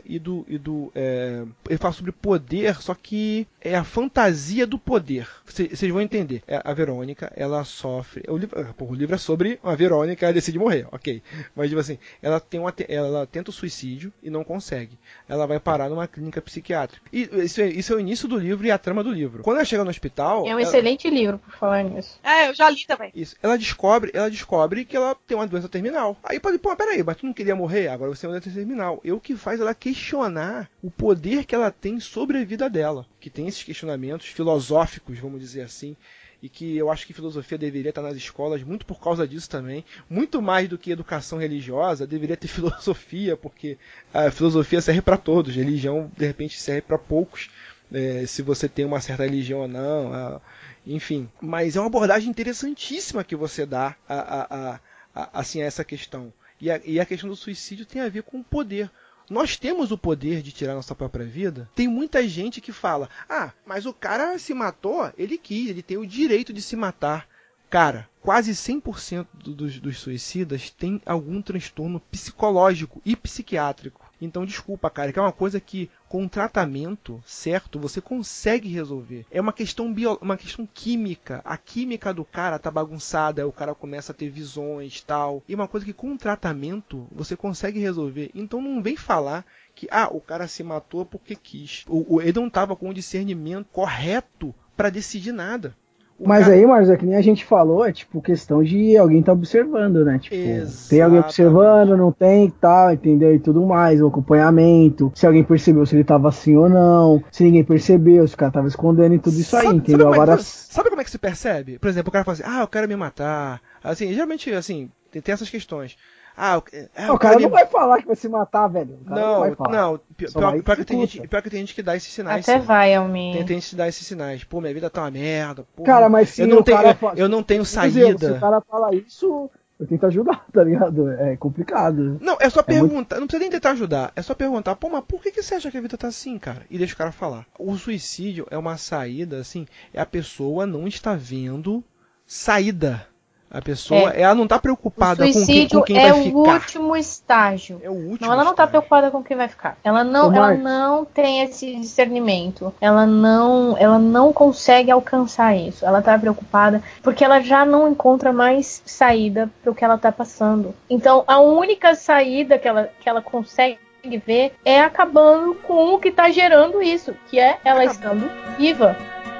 ele fala sobre poder, só que é a fantasia do poder. Vocês vão entender. A Verônica, ela sofre... O livro é sobre a Verônica decide morrer, ok. Mas, tipo assim, ela tenta o suicídio e não consegue. Ela vai parar numa clínica psiquiátrica. E isso é o início do livro e a trama do livro. Quando ela chega no hospital... É um excelente livro, por falar nisso. Eu já li também. Isso. Ela descobre que ela tem uma doença terminal. Aí pode, peraí, mas tu não queria morrer? Agora você tem uma doença terminal. E o que faz ela questionar o poder que ela tem sobre a vida dela. Que tem esses questionamentos filosóficos, vamos dizer assim, e que eu acho que filosofia deveria estar nas escolas muito por causa disso também. Muito mais do que educação religiosa, deveria ter filosofia, porque a filosofia serve para todos. Religião, de repente, serve para poucos, se você tem uma certa religião ou não, enfim. Mas é uma abordagem interessantíssima que você dá assim, a essa questão. E a questão do suicídio tem a ver com o poder. Nós temos o poder de tirar nossa própria vida. Tem muita gente que fala, mas o cara se matou, ele quis, ele tem o direito de se matar. Cara, quase 100% dos suicidas têm algum transtorno psicológico e psiquiátrico. Então, desculpa, cara, que é uma coisa que, com tratamento certo, você consegue resolver. É uma questão química. A química do cara tá bagunçada, o cara começa a ter visões e tal. E uma coisa que, com tratamento, você consegue resolver. Então, não vem falar que, o cara se matou porque quis. Ele não tava com o discernimento correto para decidir nada. Mas aí, Marcos, é que nem a gente falou, é tipo questão de alguém tá observando, né? Tipo, tem alguém observando, não tem, tal, entendeu? E tudo mais, o acompanhamento, se alguém percebeu se ele tava assim ou não, se ninguém percebeu, se o cara tava escondendo e tudo isso aí, entendeu? Sabe como é que se percebe? Por exemplo, o cara fala assim, eu quero me matar. Assim, geralmente, assim, tem essas questões. O cara não vai falar que vai se matar, velho. Não. Pior que tem gente que dá esses sinais. Até vai, Almir. Tem gente que dá esses sinais. Pô, minha vida tá uma merda. Porra, cara, mas se eu não tenho saída. Se o cara fala isso, eu tento ajudar, tá ligado? É complicado. Não, é só perguntar. Não precisa nem tentar ajudar. É só perguntar, mas por que você acha que a vida tá assim, cara? E deixa o cara falar. O suicídio é uma saída, assim, a pessoa não está vendo saída. A pessoa, ela não está preocupada com quem vai ficar. O suicídio é o último estágio. Ela não está preocupada com quem vai ficar. Ela não tem esse discernimento. Ela não consegue alcançar isso. Ela está preocupada porque ela já não encontra mais saída para o que ela está passando. Então, a única saída que ela consegue ver é acabando com o que está gerando isso, que é ela estando viva.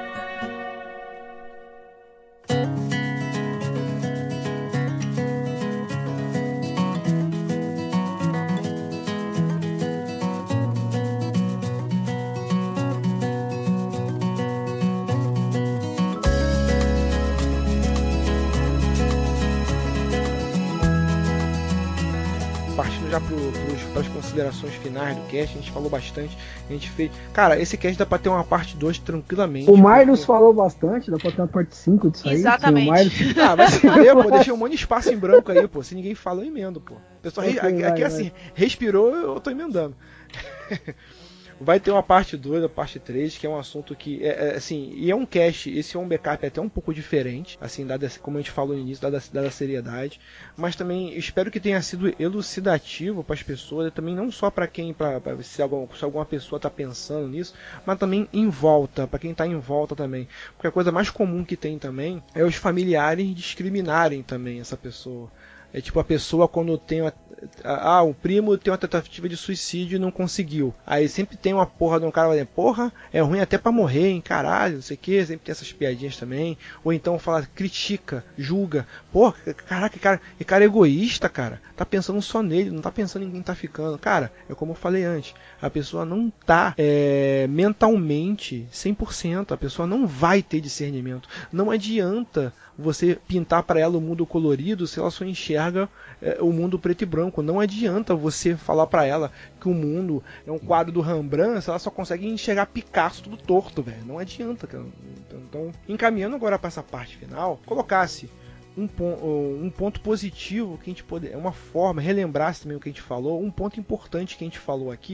Já para as considerações finais do cast, a gente falou bastante, a gente fez... Cara, esse cast dá para ter uma parte 2 tranquilamente. O Marlos falou bastante, dá para ter uma parte 5 disso aí. Exatamente. Vai se ver, pô, deixei um monte de espaço em branco aí, pô, se ninguém fala, eu emendo, pô. Pessoal, aqui assim, respirou, eu tô emendando. Vai ter uma parte 2, a parte 3, que é um assunto que, assim, e é um cast, esse é um backup até um pouco diferente, assim, como a gente falou no início, dada a seriedade, mas também espero que tenha sido elucidativo para as pessoas, e também não só para quem, se alguma pessoa está pensando nisso, mas também em volta, para quem está em volta também, porque a coisa mais comum que tem também é os familiares discriminarem também essa pessoa. É tipo a pessoa quando tem o primo tem uma tentativa de suicídio e não conseguiu. Aí sempre tem uma porra de um cara falando, porra, é ruim até pra morrer, hein, caralho, não sei o que. Sempre tem essas piadinhas também. Ou então fala, critica, julga. Porra, caraca, que cara egoísta, cara. Tá pensando só nele, não tá pensando em quem tá ficando. Cara, é como eu falei antes. A pessoa não tá mentalmente 100%. A pessoa não vai ter discernimento. Não adianta você pintar para ela o mundo colorido se ela só enxerga o mundo preto e branco. Não adianta você falar para ela que o mundo é um quadro do Rembrandt se ela só consegue enxergar Picasso tudo torto, velho. Não adianta, cara. Então, encaminhando agora para essa parte final, colocasse um ponto positivo que a gente poder, uma forma, relembrasse também o que a gente falou, um ponto importante que a gente falou aqui,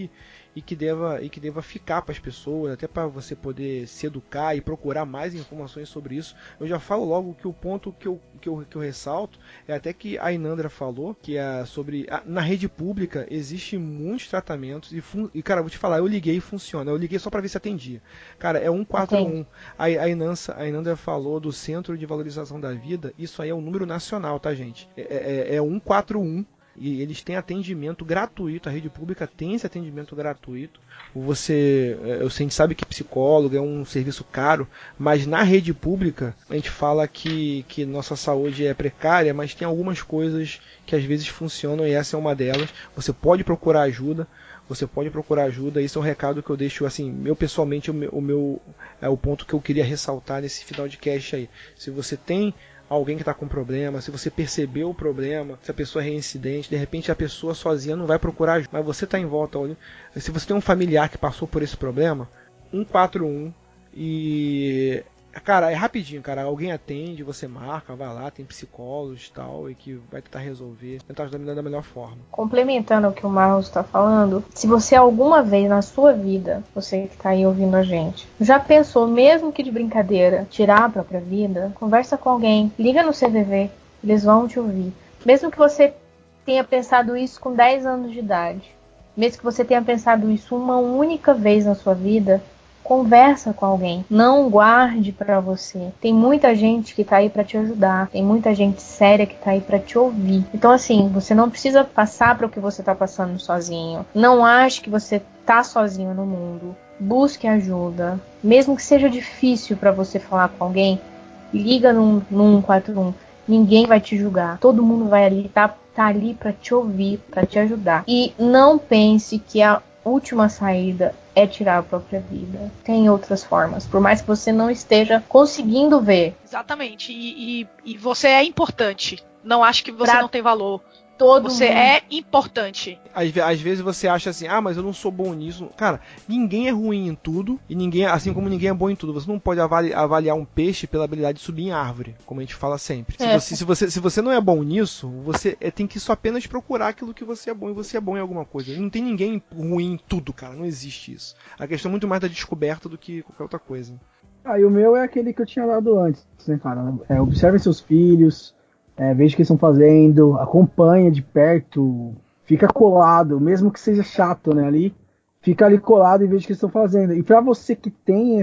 e que deva ficar para as pessoas, até para você poder se educar e procurar mais informações sobre isso. Eu já falo logo que o ponto que eu ressalto é até que a Inandra falou, que é sobre... Na rede pública existem muitos tratamentos e cara, vou te falar, eu liguei e funciona. Eu liguei só para ver se atendia. Cara, é 141. A Inandra falou do Centro de Valorização da Vida, isso aí é um número nacional, tá, gente? É 141. E eles têm atendimento gratuito, a rede pública tem esse atendimento gratuito. A gente sabe que psicólogo é um serviço caro, mas na rede pública a gente fala que nossa saúde é precária, mas tem algumas coisas que às vezes funcionam e essa é uma delas. Você pode procurar ajuda, esse é um recado que eu deixo, assim, eu pessoalmente, o ponto que eu queria ressaltar nesse final de cast aí. Se você tem alguém que está com problema, se você percebeu o problema, se a pessoa é reincidente, de repente a pessoa sozinha não vai procurar ajuda, mas você está em volta, olha, se você tem um familiar que passou por esse problema, 141 e... Cara, é rapidinho, cara, alguém atende, você marca, vai lá, tem psicólogos e tal, e que vai tentar resolver, tentar ajudar da melhor forma. Complementando o que o Marlos está falando, se você alguma vez na sua vida, você que está aí ouvindo a gente, já pensou, mesmo que de brincadeira, tirar a própria vida, conversa com alguém, liga no CVV, eles vão te ouvir. Mesmo que você tenha pensado isso com 10 anos de idade, mesmo que você tenha pensado isso uma única vez na sua vida, conversa com alguém, não guarde pra você. Tem muita gente que tá aí pra te ajudar, tem muita gente séria que tá aí pra te ouvir. Então assim, você não precisa passar para o que você tá passando sozinho. Não ache que você tá sozinho no mundo. Busque ajuda. Mesmo que seja difícil pra você falar com alguém, liga no 141. Ninguém vai te julgar. Todo mundo vai ali, tá ali pra te ouvir, pra te ajudar. E não pense que a última saída é tirar a própria vida. Tem outras formas, por mais que você não esteja conseguindo ver. Exatamente, e você é importante. Não acho que você não tem valor. Você mundo é importante. Às vezes você acha assim, mas eu não sou bom nisso. Cara, ninguém é ruim em tudo, e ninguém, assim como ninguém é bom em tudo. Você não pode avaliar um peixe pela habilidade de subir em árvore, como a gente fala sempre. Se você não é bom nisso, você tem que só apenas procurar aquilo que você é bom, e você é bom em alguma coisa. Não tem ninguém ruim em tudo, cara. Não existe isso. A questão é muito mais da descoberta do que qualquer outra coisa. E o meu é aquele que eu tinha dado antes, né, cara? Observe seus filhos, veja o que eles estão fazendo, acompanha de perto, fica colado, mesmo que seja chato, né, ali, fica ali colado e veja o que eles estão fazendo. E pra você que tem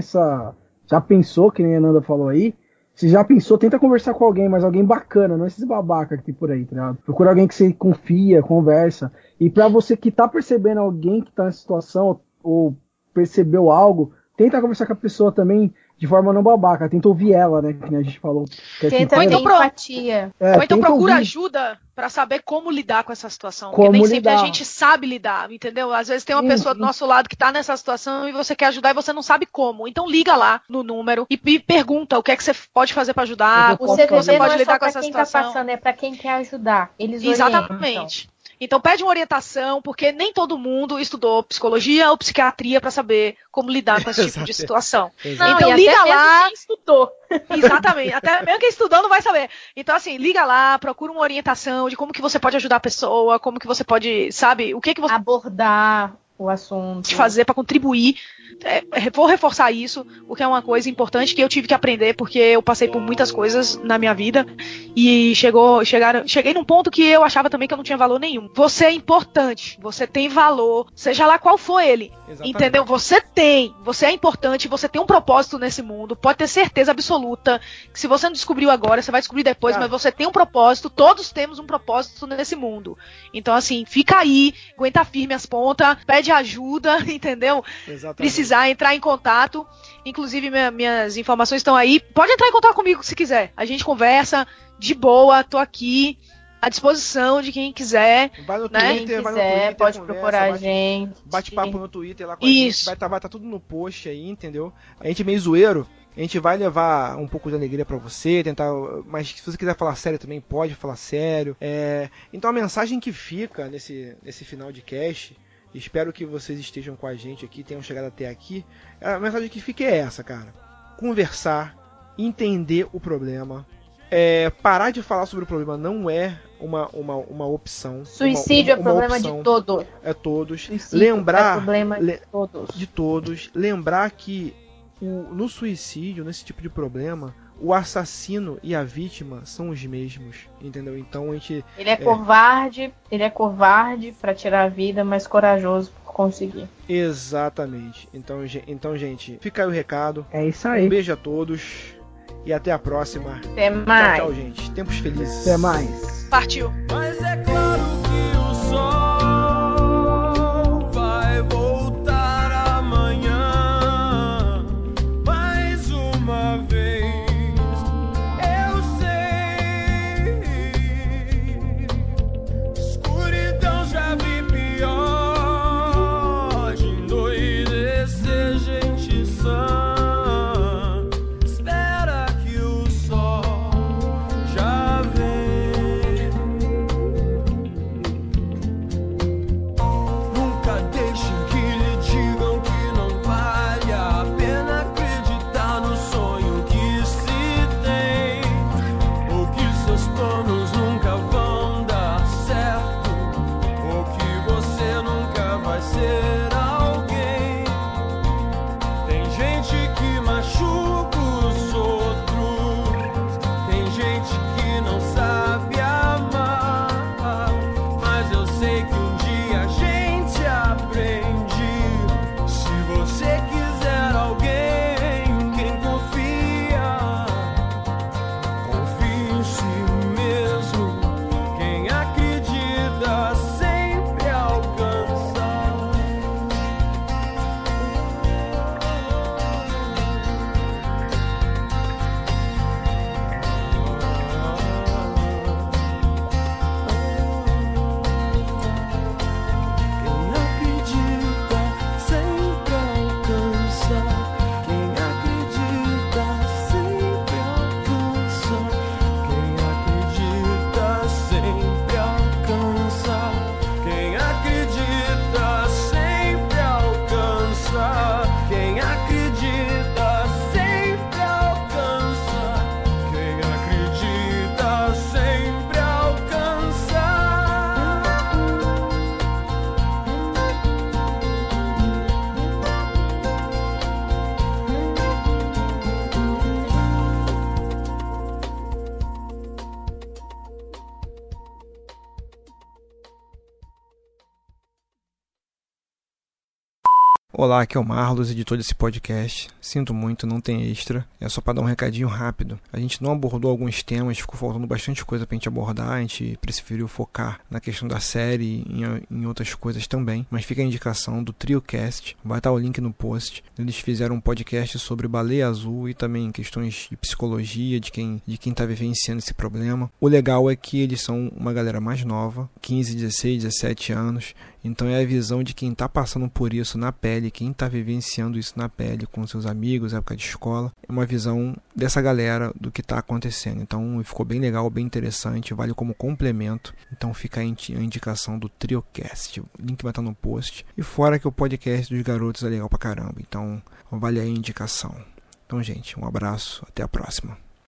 já pensou, que nem a Nanda falou aí, se já pensou, tenta conversar com alguém, mas alguém bacana, não esses babaca que tem por aí, tá ligado? Procura alguém que você confia, conversa. E pra você que tá percebendo alguém que tá nessa situação, ou percebeu algo, tenta conversar com a pessoa também, de forma não babaca, tenta ouvir ela, né, que a gente falou. Tenta ter empatia. Ou então procura ajuda pra saber como lidar com essa situação, porque nem sempre a gente sabe lidar, entendeu? Às vezes tem uma pessoa do nosso lado que tá nessa situação e você quer ajudar e você não sabe como. Então liga lá no número e pergunta o que é que você pode fazer pra ajudar, como você pode lidar com essa situação. Tá passando, é pra quem quer ajudar. Eles Exatamente. Então pede uma orientação, porque nem todo mundo estudou psicologia ou psiquiatria para saber como lidar com esse tipo de situação. Não, então liga lá. Quem estudou. Exatamente. Até mesmo quem estudou não vai saber. Então assim, liga lá, procura uma orientação de como que você pode ajudar a pessoa, como que você pode, sabe, o que você abordar o assunto, fazer para contribuir. Vou reforçar isso, porque é uma coisa importante que eu tive que aprender, porque eu passei por muitas coisas na minha vida e cheguei num ponto que eu achava também que eu não tinha valor nenhum. Você é importante, você tem valor, seja lá qual for ele. Exatamente. Entendeu? Você é importante, você tem um propósito nesse mundo, pode ter certeza absoluta que se você não descobriu agora, você vai descobrir depois, mas você tem um propósito, todos temos um propósito nesse mundo. Então assim, fica aí, aguenta firme as pontas, pede ajuda, entendeu? Exatamente. Precisar entrar em contato, inclusive minhas informações estão aí, pode entrar em contato comigo se quiser, a gente conversa de boa, tô aqui à disposição de quem quiser. Vai no né? Twitter, pode procurar a gente. Bate papo no Twitter lá com a gente, vai tá tudo no post aí, entendeu? A gente é meio zoeiro, a gente vai levar um pouco de alegria pra você, tentar, mas se você quiser falar sério também, pode falar sério. Então a mensagem que fica nesse final de cast, espero que vocês estejam com a gente aqui, tenham chegado até aqui. A mensagem que fica é essa, cara. Conversar, entender o problema, parar de falar sobre o problema não é uma opção. Suicídio é problema de todos. É todos. Suicídio Lembrar é problema de todos. De todos. Lembrar que no suicídio, nesse tipo de problema, o assassino e a vítima são os mesmos, entendeu? Então a gente... Ele é covarde pra tirar a vida, mas corajoso por conseguir. Exatamente. Então, gente, fica aí o recado. É isso aí. Um beijo a todos e até a próxima. Até mais. Tchau, gente. Tempos felizes. Até mais. Partiu. Mas é claro que o sol vai voltar amanhã mais uma vez. Eu sei, escuridão já vi pior, de endoidecer gente sã. Espera que o sol já vem. Nunca deixem que lhe digam que não vale a pena acreditar no sonho que se tem, ou que seus planos nunca vão dar certo, ou que você nunca vai ser alguém. Tem gente que machuca os outros, tem gente que não sabe amar, mas eu sei que um dia a gente aprende. Se você quiser alguém em quem confia, confie em si mesmo. Quem acredita sempre alcança. Quem acredita sempre alcança. Quem acredita sempre alcança. Quem acredita sempre alcança. Quem acredita sempre alcança. Quem acredita sempre alcança. Quem acredita sempre alcança. Olá, aqui é o Marlos, editor desse podcast. Sinto muito, não tem extra. É só para dar um recadinho rápido. A gente não abordou alguns temas, ficou faltando bastante coisa pra gente abordar. A gente preferiu focar na questão da série e em outras coisas também. Mas fica a indicação do TrioCast. Vai estar o link no post. Eles fizeram um podcast sobre baleia azul e também questões de psicologia, de quem tá vivenciando esse problema. O legal é que eles são uma galera mais nova, 15, 16, 17 anos. Então é a visão de quem está passando por isso na pele, quem está vivenciando isso na pele com seus amigos, época de escola. É uma visão dessa galera do que está acontecendo. Então ficou bem legal, bem interessante, vale como complemento. Então fica aí a indicação do TrioCast. O link vai estar no post. E fora que o podcast dos garotos é legal pra caramba. Então vale aí a indicação. Então, gente, um abraço, até a próxima.